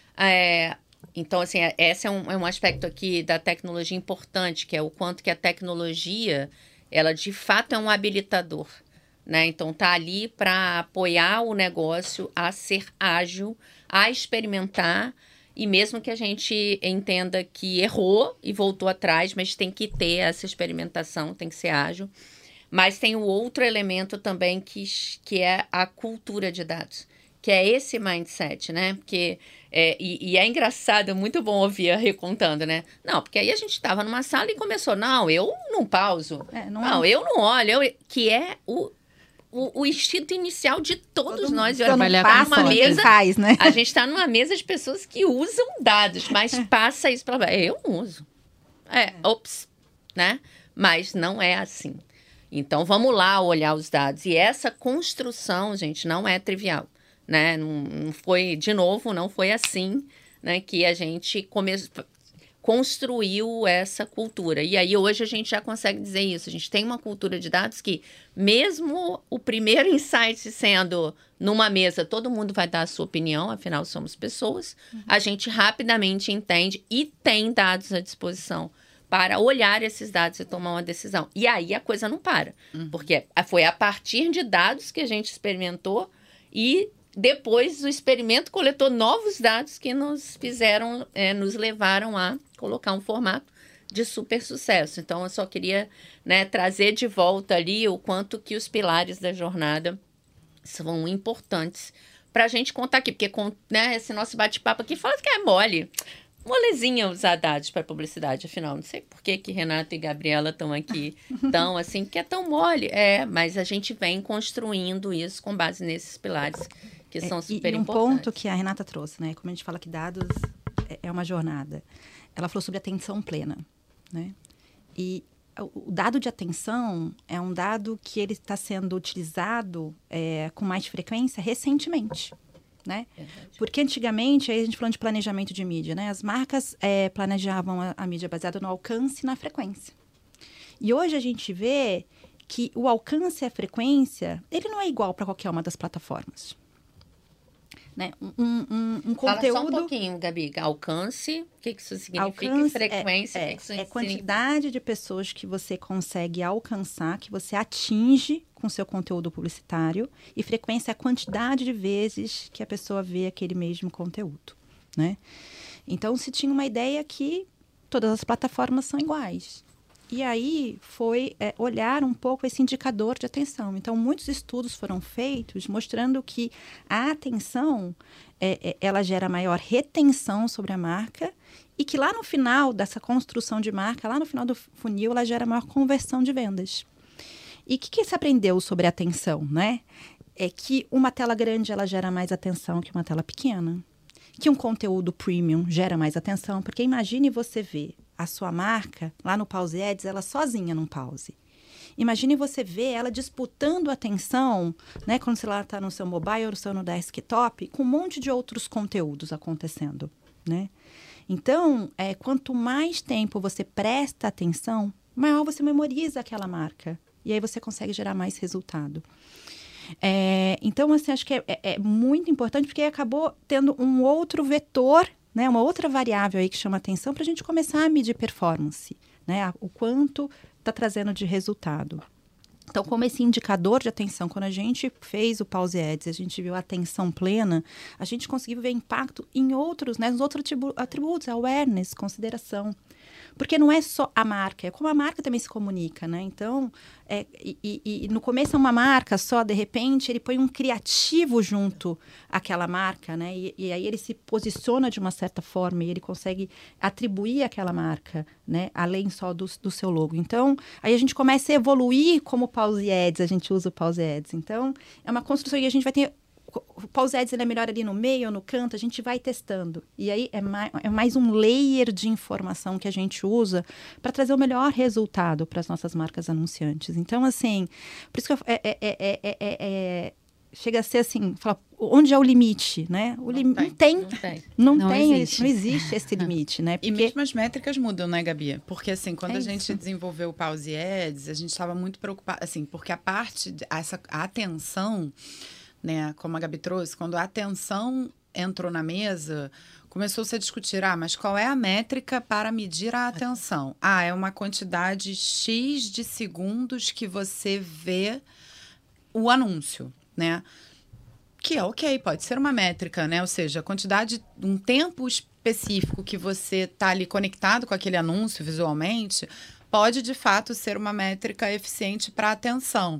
É, então, assim, esse é um, é um aspecto aqui da tecnologia importante, que é o quanto que a tecnologia, ela de fato é um habilitador. Né? Então, está ali para apoiar o negócio a ser ágil, a experimentar, e mesmo que a gente entenda que errou e voltou atrás, mas tem que ter essa experimentação, tem que ser ágil. Mas tem o outro elemento também que, que é a cultura de dados, que é esse mindset, né? Porque, é, e, e é engraçado, é muito bom ouvir a Rê contando, né? Não, porque aí a gente estava numa sala e começou, não, eu não pauso, é, não, não é... eu não olho, eu... que é o... O, o instinto inicial de todos Todo nós. Eu trabalhar numa mesa, faz, né? A gente está numa mesa de pessoas que usam dados, mas passa isso para lá. Eu não uso. É, ops, né? Mas não é assim. Então, vamos lá olhar os dados. E essa construção, gente, não é trivial, né? Não, não foi, de novo, não foi assim, né? Que a gente começou... construiu essa cultura. E aí, hoje, a gente já consegue dizer isso. A gente tem uma cultura de dados que, mesmo o primeiro insight sendo numa mesa, todo mundo vai dar a sua opinião, afinal, somos pessoas, uhum. a gente rapidamente entende e tem dados à disposição para olhar esses dados e tomar uma decisão. E aí, a coisa não para. Uhum. Porque foi a partir de dados que a gente experimentou e... depois, o experimento coletou novos dados que nos fizeram, é, nos levaram a colocar um formato de super sucesso. Então, eu só queria, né, trazer de volta ali o quanto que os pilares da jornada são importantes para a gente contar aqui. Porque, com, né, esse nosso bate-papo aqui fala que é mole. Molezinha usar dados para publicidade, afinal. Não sei por que que Renata e Gabriela estão aqui tão assim, porque é tão mole. É, mas a gente vem construindo isso com base nesses pilares que são super e, e um importantes. ponto que a Renata trouxe, né? Como a gente fala que dados é, é uma jornada. Ela falou sobre atenção plena, né? E o dado de atenção é um dado que ele está sendo utilizado é, com mais frequência recentemente, né? Porque antigamente, aí a gente falando de planejamento de mídia, né? As marcas é, planejavam a, a mídia baseada no alcance e na frequência. E hoje a gente vê que o alcance e a frequência, ele não é igual para qualquer uma das plataformas. Né? Um, um, um conteúdo... Fala só um pouquinho, Gabi. Alcance, o que, que isso significa? Alcance, frequência, é, o que, que isso é, significa? É quantidade de pessoas que você consegue alcançar, que você atinge com seu conteúdo publicitário. E frequência é a quantidade de vezes que a pessoa vê aquele mesmo conteúdo, né? Então, se tinha uma ideia que todas as plataformas são iguais. E aí foi é, olhar um pouco esse indicador de atenção. Então, muitos estudos foram feitos mostrando que a atenção, é, é, ela gera maior retenção sobre a marca e que lá no final dessa construção de marca, lá no final do funil, ela gera maior conversão de vendas. E o que, que se aprendeu sobre a atenção, né? É que uma tela grande, ela gera mais atenção que uma tela pequena. Que um conteúdo premium gera mais atenção, porque imagine você ver a sua marca, lá no Pause Ads, ela sozinha num pause. Imagine você ver ela disputando atenção, né, quando você está no seu mobile ou no seu no desktop, com um monte de outros conteúdos acontecendo, né? Então, é, quanto mais tempo você presta atenção, maior você memoriza aquela marca. E aí você consegue gerar mais resultado. É, então, assim, acho que é, é, é muito importante, porque acabou tendo um outro vetor, né, uma outra variável aí que chama atenção para a gente começar a medir performance, né, o quanto está trazendo de resultado. Então, como esse indicador de atenção, quando a gente fez o Pause Ads, a gente viu a atenção plena, a gente conseguiu ver impacto em outros, né, nos outros atributos, awareness, consideração. Porque não é só a marca, é como a marca também se comunica, né? Então, é, e, e, e no começo é uma marca só, de repente, ele põe um criativo junto àquela marca, né? E, e aí ele se posiciona de uma certa forma e ele consegue atribuir aquela marca, né? Além só do, do seu logo. Então, aí a gente começa a evoluir como Pause Ads, a gente usa o Pause Ads. Então, é uma construção e a gente vai ter... O Pause Ads ele é melhor ali no meio ou no canto, a gente vai testando. E aí é mais, é mais um layer de informação que a gente usa para trazer o melhor resultado para as nossas marcas anunciantes. Então, assim, por isso que eu, é, é, é, é, é, chega a ser assim, fala, onde é o limite, né? O lim... não, tem. não tem. Não, não tem, existe. Não existe esse limite, né? Porque... E mesmo as métricas mudam, né, Gabi? Porque, assim, quando é a gente isso. desenvolveu o Pause Ads, a gente estava muito preocupado, assim, porque a parte, de, essa, a atenção... Né, como a Gabi trouxe, quando a atenção entrou na mesa, começou-se a discutir, ah, mas qual é a métrica para medir a atenção? Ah, é uma quantidade X de segundos que você vê o anúncio, né? Que é ok, pode ser uma métrica, né? Ou seja, a quantidade, um tempo específico que você está ali conectado com aquele anúncio visualmente, pode, de fato, ser uma métrica eficiente para a atenção.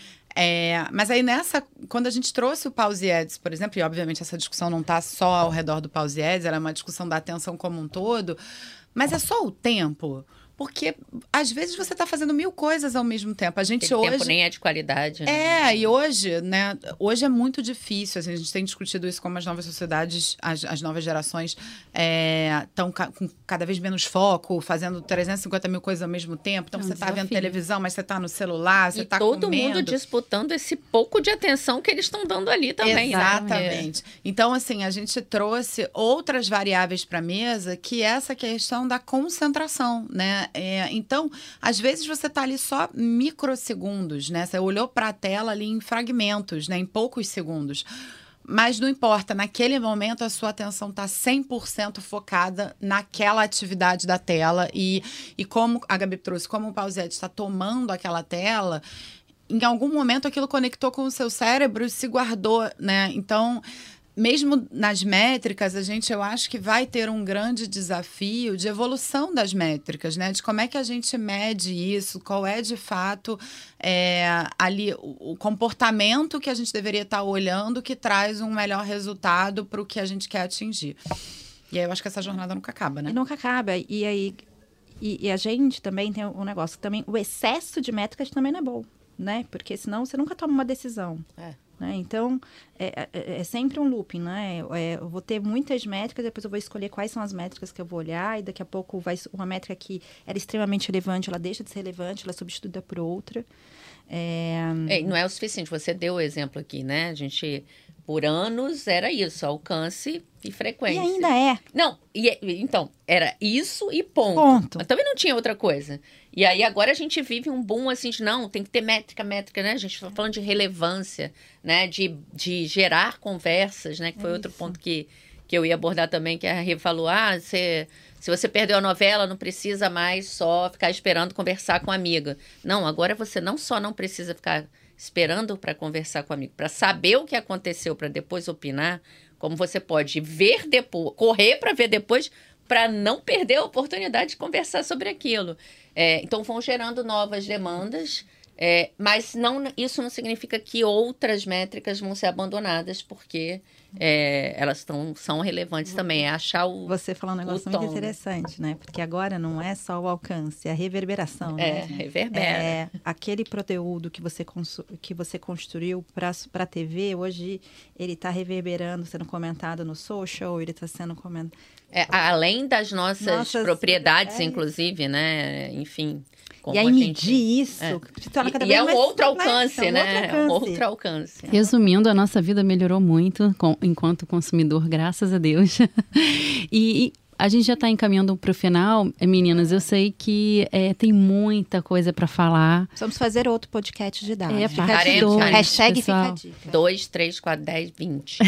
É, mas aí nessa, quando a gente trouxe o Pause Ads, por exemplo, e obviamente essa discussão não está só ao redor do Pause Ads, ela é uma discussão da atenção como um todo, mas é só o tempo, porque às vezes você está fazendo mil coisas ao mesmo tempo. A gente Aquele hoje... tempo nem é de qualidade, né? É, e hoje, né, hoje é muito difícil, assim, a gente tem discutido isso como as novas sociedades, as, as novas gerações estão é, ca com cada vez menos foco, fazendo trezentas e cinquenta mil coisas ao mesmo tempo. Então, é um você está vendo televisão, mas você está no celular, você está comendo. E todo mundo disputando esse pouco de atenção que eles estão dando ali também. Exatamente. Né? Então, assim, a gente trouxe outras variáveis para a mesa, que é essa questão da concentração, né? É, então, às vezes você está ali só microsegundos, né? Você olhou para a tela ali em fragmentos, né? Em poucos segundos. Mas não importa, naquele momento a sua atenção está cem por cento focada naquela atividade da tela. E, e como a Gabi trouxe, como o Pause Ads está tomando aquela tela, em algum momento aquilo conectou com o seu cérebro e se guardou, né? Então... Mesmo nas métricas, a gente, eu acho que vai ter um grande desafio de evolução das métricas, né? De como é que a gente mede isso, qual é, de fato, é, ali o, o comportamento que a gente deveria estar olhando que traz um melhor resultado para o que a gente quer atingir. E aí eu acho que essa jornada nunca acaba, né? E nunca acaba. E aí e, e a gente também tem um negócio, também o excesso de métricas também não é bom, né? Porque senão você nunca toma uma decisão. É. Né? Então, é, é, é sempre um looping, né? É, eu vou ter muitas métricas, depois eu vou escolher quais são as métricas que eu vou olhar, e daqui a pouco vai uma métrica que era extremamente relevante, ela deixa de ser relevante, ela é substituída por outra. É... É, não é o suficiente, você deu o exemplo aqui, né? A gente, por anos, era isso, alcance e frequência. E ainda é. Não, e, então, era isso e ponto. Ponto. Mas também não tinha outra coisa. E aí, agora a gente vive um boom, assim, de não, tem que ter métrica, métrica, né? A gente tá falando de relevância, né? De, de gerar conversas, né? Que foi é outro ponto que, que eu ia abordar também, que a Rê falou, ah, você, se você perdeu a novela, não precisa mais só ficar esperando conversar com a amiga. Não, agora você não só não precisa ficar esperando para conversar com o amigo, para saber o que aconteceu, para depois opinar, como você pode ver depois, correr para ver depois, para não perder a oportunidade de conversar sobre aquilo. É, então, vão gerando novas demandas, é, mas não, isso não significa que outras métricas vão ser abandonadas, porque é, elas tão, são relevantes também. É achar o Você falou um negócio muito interessante, né? Porque agora não é só o alcance, é a reverberação. É, né? reverbera. É, aquele conteúdo que você, que você construiu para a T V, hoje ele está reverberando, sendo comentado no social, ele está sendo comentado... É, além das nossas, nossas propriedades, é, inclusive, né? Enfim. E aí medir gente... isso é. se torna cada e vez é um mais... outro alcance, né? né? É um outro alcance. Resumindo, a nossa vida melhorou muito com, enquanto consumidor, graças a Deus. e, e a gente já está encaminhando para o final. Meninas, eu sei que é, tem muita coisa para falar. Vamos fazer outro podcast de dados. É, Fica parte a dois, dica. Hashtag pessoal. fica a dica. dois, três, quatro, dez, vinte.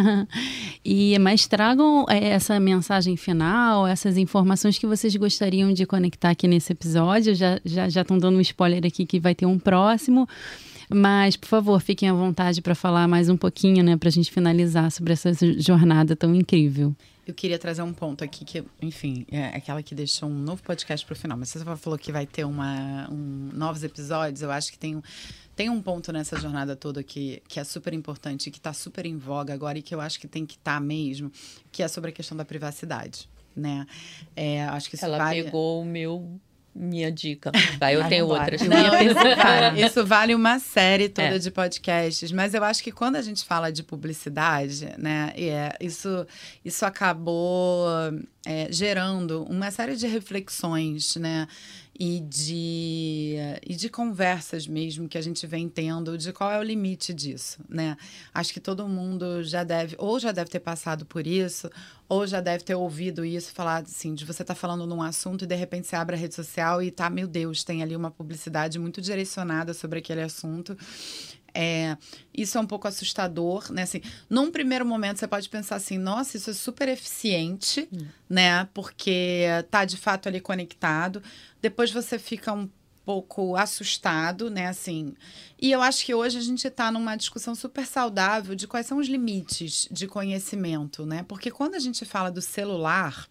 E, mas tragam é, essa mensagem final, essas informações que vocês gostariam de conectar aqui nesse episódio. Já já já estão dando um spoiler aqui que vai ter um próximo. Mas, por favor, fiquem à vontade para falar mais um pouquinho, né, para a gente finalizar sobre essa jornada tão incrível. Eu queria trazer um ponto aqui que, enfim, é aquela que deixou um novo podcast para o final. Mas você falou que vai ter uma, um, novos episódios. Eu acho que tem um, tem um ponto nessa jornada toda que, que é super importante, que está super em voga agora e que eu acho que tem que estar tá mesmo, que é sobre a questão da privacidade, né? É, acho que isso Ela vale... pegou o meu... Minha dica. Vai, eu tenho outras. Não, isso, vale, isso vale uma série toda É. de podcasts. Mas eu acho que quando a gente fala de publicidade, né, é, isso, isso acabou é, gerando uma série de reflexões, né? E de, e de conversas mesmo que a gente vem tendo de qual é o limite disso, né? Acho que todo mundo já deve, ou já deve ter passado por isso, ou já deve ter ouvido isso, falar assim, de você estar tá falando num assunto e de repente você abre a rede social e tá, meu Deus, tem ali uma publicidade muito direcionada sobre aquele assunto. É, isso é um pouco assustador, né? Assim, num primeiro momento você pode pensar assim, nossa, isso é super eficiente, hum. né? Porque tá de fato ali conectado. Depois você fica um pouco assustado, né? Assim, e eu acho que hoje a gente está numa discussão super saudável de quais são os limites de conhecimento, né? Porque quando a gente fala do celular,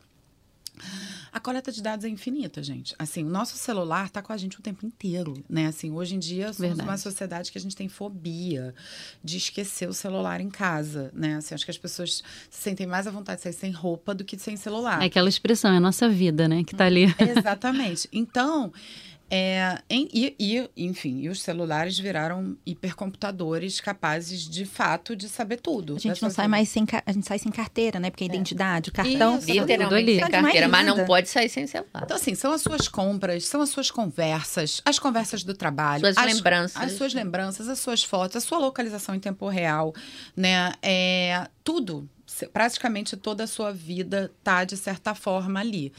a coleta de dados é infinita, gente. Assim, o nosso celular está com a gente o tempo inteiro, né? Assim, hoje em dia, somos Verdade. uma sociedade que a gente tem fobia de esquecer o celular em casa, né? Assim, acho que as pessoas se sentem mais à vontade de sair sem roupa do que sem celular. É aquela expressão, é a nossa vida, né? Que tá ali. Exatamente. Então... É, em, e, e, enfim, e os celulares viraram hipercomputadores capazes, de fato, de saber tudo. A gente não sai vida. mais sem, a gente sai sem carteira, né? Porque a é. identidade, o cartão... Isso, literalmente sem carteira, mas não pode sair sem celular. Então, assim, são as suas compras, são as suas conversas, as conversas do trabalho. Suas as, lembranças. As suas lembranças, as suas fotos, a sua localização em tempo real, né? É, tudo, praticamente toda a sua vida tá, de certa forma, ali.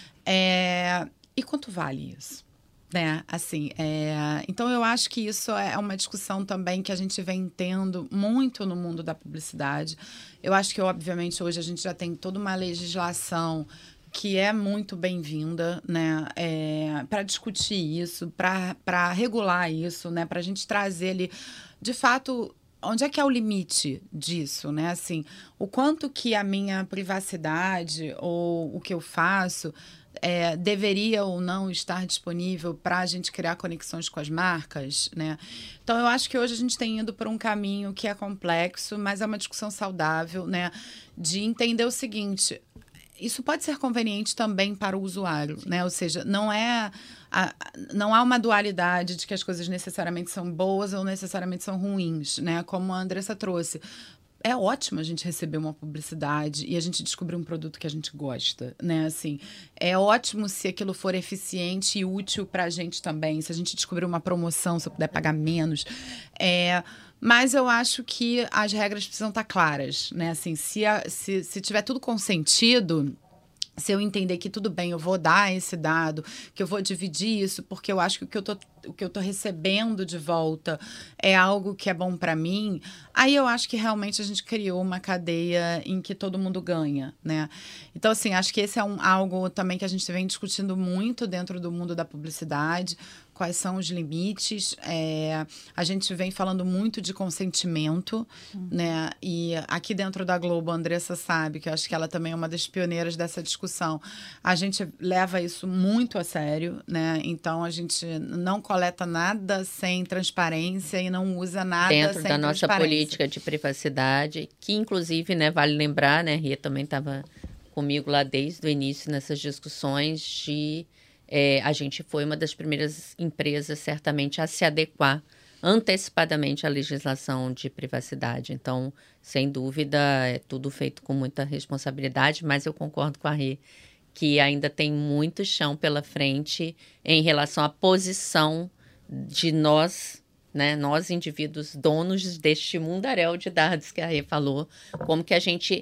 É, e quanto vale isso? Né? Assim, é... Então, eu acho que isso é uma discussão também que a gente vem tendo muito no mundo da publicidade. Eu acho que, obviamente, hoje a gente já tem toda uma legislação que é muito bem-vinda, né? É... para discutir isso, para regular isso, né? Para a gente trazer ali, de fato... Onde é que é o limite disso, né? Assim, o quanto que a minha privacidade ou o que eu faço é, deveria ou não estar disponível para a gente criar conexões com as marcas, né? Então, eu acho que hoje a gente tem ido por um caminho que é complexo, mas é uma discussão saudável, né? De entender o seguinte... Isso pode ser conveniente também para o usuário, né? Ou seja, não é a, não há uma dualidade de que as coisas necessariamente são boas ou necessariamente são ruins, né? Como a Andressa trouxe. É ótimo a gente receber uma publicidade e a gente descobrir um produto que a gente gosta, né? Assim, é ótimo se aquilo for eficiente e útil para a gente também. Se a gente descobrir uma promoção, se eu puder pagar menos. É... Mas eu acho que as regras precisam estar claras, né? Assim, se, a, se, se tiver tudo consentido, se eu entender que tudo bem, eu vou dar esse dado, que eu vou dividir isso, porque eu acho que o que eu tô, o que eu tô recebendo de volta é algo que é bom para mim, aí eu acho que realmente a gente criou uma cadeia em que todo mundo ganha, né? Então, assim, acho que esse é um, algo também que a gente vem discutindo muito dentro do mundo da publicidade. Quais são os limites? É, a gente vem falando muito de consentimento, uhum. né? E aqui dentro da Globo, a Andressa sabe, que eu acho que ela também é uma das pioneiras dessa discussão. A gente leva isso muito a sério, né? Então, a gente não coleta nada sem transparência e não usa nada dentro sem da nossa transparência. Política de privacidade, que inclusive, né, vale lembrar, né, Ria também estava comigo lá desde o início nessas discussões de... É, a gente foi uma das primeiras empresas, certamente, a se adequar antecipadamente à legislação de privacidade. Então, sem dúvida, é tudo feito com muita responsabilidade, mas eu concordo com a Rê que ainda tem muito chão pela frente em relação à posição de nós, né, nós indivíduos donos deste mundaréu de dados que a Rê falou, como que a gente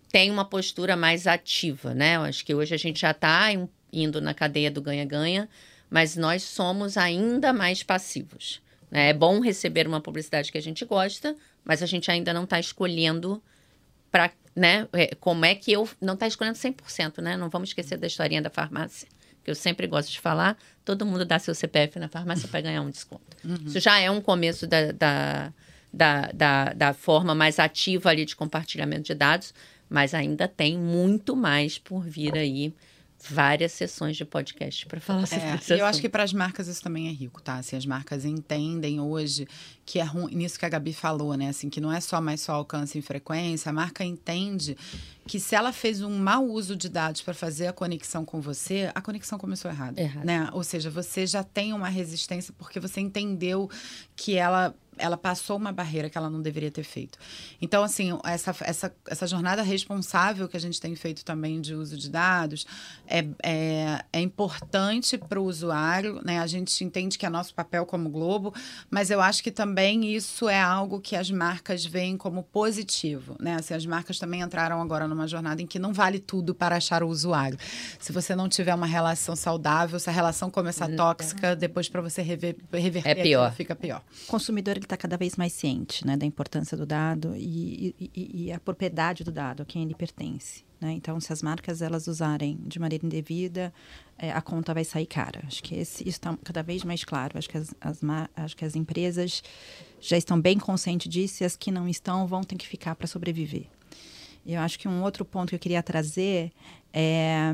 tem uma postura mais ativa, né? Eu acho que hoje a gente já está indo na cadeia do ganha-ganha, mas nós somos ainda mais passivos, né? É bom receber uma publicidade que a gente gosta, mas a gente ainda não está escolhendo para, né? Como é que eu... Não está escolhendo cem por cento, né? Não vamos esquecer da historinha da farmácia, que eu sempre gosto de falar. Todo mundo dá seu C P F na farmácia para ganhar um desconto. Uhum. Isso já é um começo da, da, da, da, da forma mais ativa ali de compartilhamento de dados, mas ainda tem muito mais por vir aí. Várias sessões de podcast para falar sobre é, isso. E eu acho que para as marcas isso também é rico, tá? Assim, as marcas entendem hoje que é ruim, nisso que a Gabi falou, né? Assim, que não é só mais só alcance e frequência, a marca entende que se ela fez um mau uso de dados para fazer a conexão com você, a conexão começou errada, Errado. né? Ou seja, você já tem uma resistência porque você entendeu que ela... ela passou uma barreira que ela não deveria ter feito. Então, assim, essa, essa, essa jornada responsável que a gente tem feito também de uso de dados é, é, é importante para o usuário, né? A gente entende que é nosso papel como Globo, mas eu acho que também isso é algo que as marcas veem como positivo, né? Assim, as marcas também entraram agora numa jornada em que não vale tudo para achar o usuário. Se você não tiver uma relação saudável, se a relação começar tóxica, depois para você rever, reverter é pior. aquilo, fica pior. O consumidor está cada vez mais ciente, né, da importância do dado e, e, e a propriedade do dado, a quem ele pertence. Né? Então, se as marcas elas usarem de maneira indevida, é, a conta vai sair cara. Acho que esse, isso está cada vez mais claro. Acho que as, as, acho que as empresas já estão bem conscientes disso e as que não estão vão ter que ficar para sobreviver. E eu acho que um outro ponto que eu queria trazer é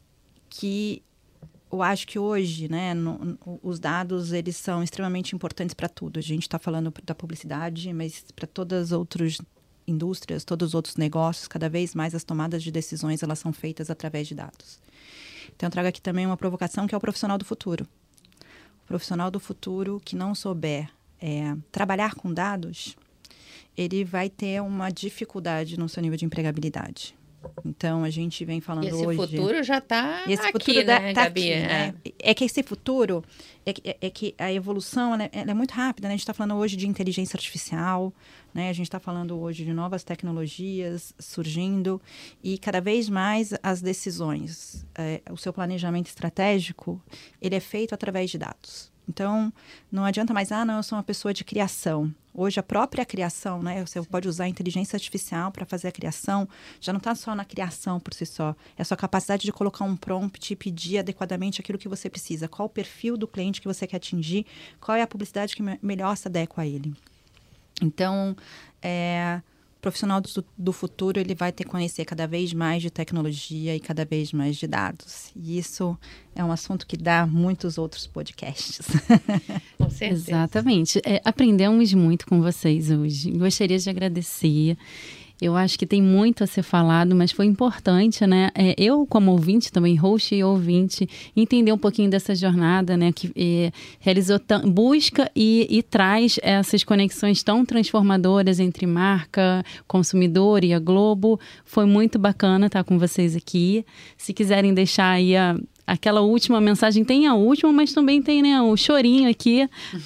que eu acho que hoje, né, no, no, os dados, eles são extremamente importantes para tudo. A gente está falando da publicidade, mas para todas as outras indústrias, todos os outros negócios, cada vez mais as tomadas de decisões, elas são feitas através de dados. Então, eu trago aqui também uma provocação, que é o profissional do futuro. O profissional do futuro que não souber é, trabalhar com dados, ele vai ter uma dificuldade no seu nível de empregabilidade. Então, a gente vem falando hoje... hoje... Esse futuro já está aqui, futuro né, tá Gabi? Aqui, né? É que esse futuro, é que, é que a evolução ela é, ela é muito rápida, né? A gente está falando hoje de inteligência artificial, né? A gente está falando hoje de novas tecnologias surgindo e cada vez mais as decisões, é, o seu planejamento estratégico, ele é feito através de dados. Então, não adianta mais, ah, não, eu sou uma pessoa de criação. Hoje, a própria criação, né? Você pode usar a inteligência artificial para fazer a criação. Já não está só na criação por si só. É a sua capacidade de colocar um prompt e pedir adequadamente aquilo que você precisa. Qual o perfil do cliente que você quer atingir? Qual é a publicidade que melhor se adequa a ele? Então, é... o profissional do, do futuro, ele vai ter que conhecer cada vez mais de tecnologia e cada vez mais de dados. E isso é um assunto que dá muitos outros podcasts. Com certeza. Exatamente. É, aprendemos muito com vocês hoje. Gostaria de agradecer. Eu acho que tem muito a ser falado, mas foi importante, né? É, eu, como ouvinte, também host e ouvinte, entender um pouquinho dessa jornada, né? Que é, realizou, busca e, e traz essas conexões tão transformadoras entre marca, consumidor e a Globo. Foi muito bacana estar com vocês aqui. Se quiserem deixar aí a... aquela última mensagem, tem a última, mas também tem, né, o chorinho aqui,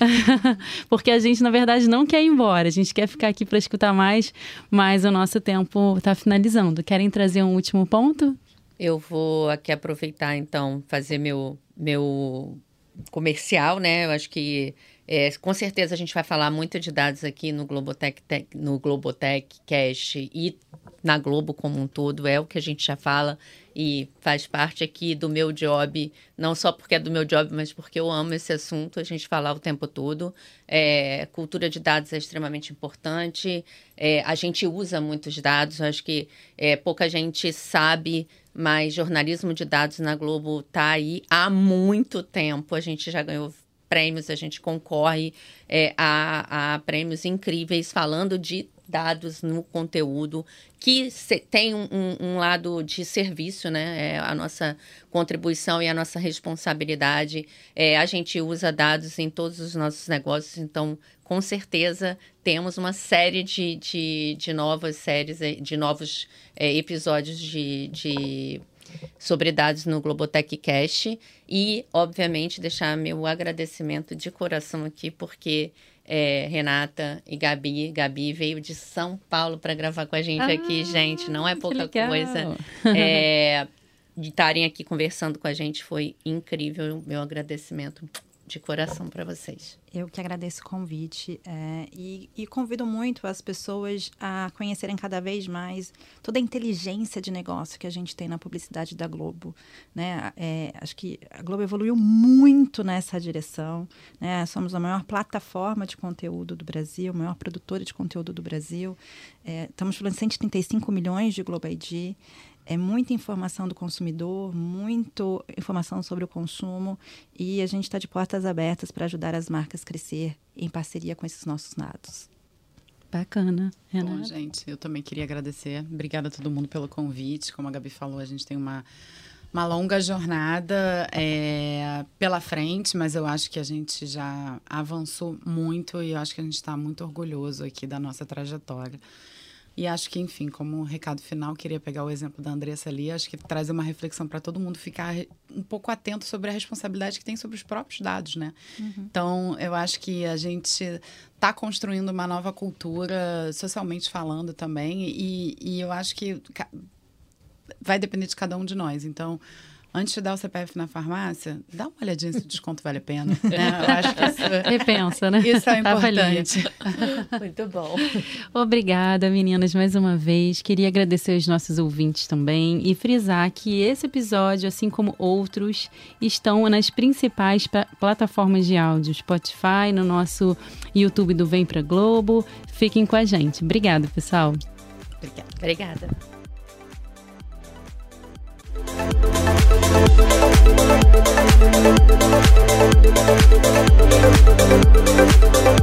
porque a gente, na verdade, não quer ir embora, a gente quer ficar aqui para escutar mais, mas o nosso tempo está finalizando. Querem trazer um último ponto? Eu vou aqui aproveitar, então, fazer meu, meu comercial, né? Eu acho que, é, com certeza, a gente vai falar muito de dados aqui no Globotech, no Globotech Cash e na Globo como um todo, é o que a gente já fala e faz parte aqui do meu job, não só porque é do meu job, mas porque eu amo esse assunto, a gente falar o tempo todo. É, cultura de dados é extremamente importante, é, a gente usa muitos dados, eu acho que é, pouca gente sabe, mas jornalismo de dados na Globo está aí há muito tempo, a gente já ganhou prêmios, a gente concorre é, a, a prêmios incríveis falando de dados no conteúdo, que se, tem um, um lado de serviço, né? É a nossa contribuição e a nossa responsabilidade. É, a gente usa dados em todos os nossos negócios, então, com certeza, temos uma série de, de, de novas séries, de novos é, episódios de, de sobre dados no Globotech Cash e, obviamente, deixar meu agradecimento de coração aqui, porque é, Renata e Gabi, Gabi veio de São Paulo para gravar com a gente ah, aqui, gente, não é pouca coisa. É, de estarem aqui conversando com a gente foi incrível, meu agradecimento de coração para vocês. Eu que agradeço o convite é, e, e convido muito as pessoas a conhecerem cada vez mais toda a inteligência de negócio que a gente tem na publicidade da Globo, né? É, acho que a Globo evoluiu muito nessa direção, né? Somos a maior plataforma de conteúdo do Brasil, a maior produtora de conteúdo do Brasil. É, estamos falando de cento e trinta e cinco milhões de Globo I D. É muita informação do consumidor, muita informação sobre o consumo e a gente está de portas abertas para ajudar as marcas a crescer em parceria com esses nossos dados. Bacana, Renata. Bom, gente, eu também queria agradecer. Obrigada a todo mundo pelo convite. Como a Gabi falou, a gente tem uma, uma longa jornada é, pela frente, mas eu acho que a gente já avançou muito e eu acho que a gente está muito orgulhoso aqui da nossa trajetória. E acho que, enfim, como recado final, queria pegar o exemplo da Andressa ali, acho que traz uma reflexão para todo mundo ficar um pouco atento sobre a responsabilidade que tem sobre os próprios dados, né? Uhum. Então, eu acho que a gente está construindo uma nova cultura, socialmente falando também, e, e eu acho que vai depender de cada um de nós. Então, antes de dar o C P F na farmácia, dá uma olhadinha se o desconto vale a pena. Né? Eu acho que isso, repensa, né? Isso é importante. Muito bom. Obrigada, meninas, mais uma vez. Queria agradecer aos nossos ouvintes também e frisar que esse episódio, assim como outros, estão nas principais plataformas de áudio, Spotify, no nosso YouTube do Vem Pra Globo. Fiquem com a gente. Obrigada, pessoal. Obrigada. Obrigada. We'll be right back.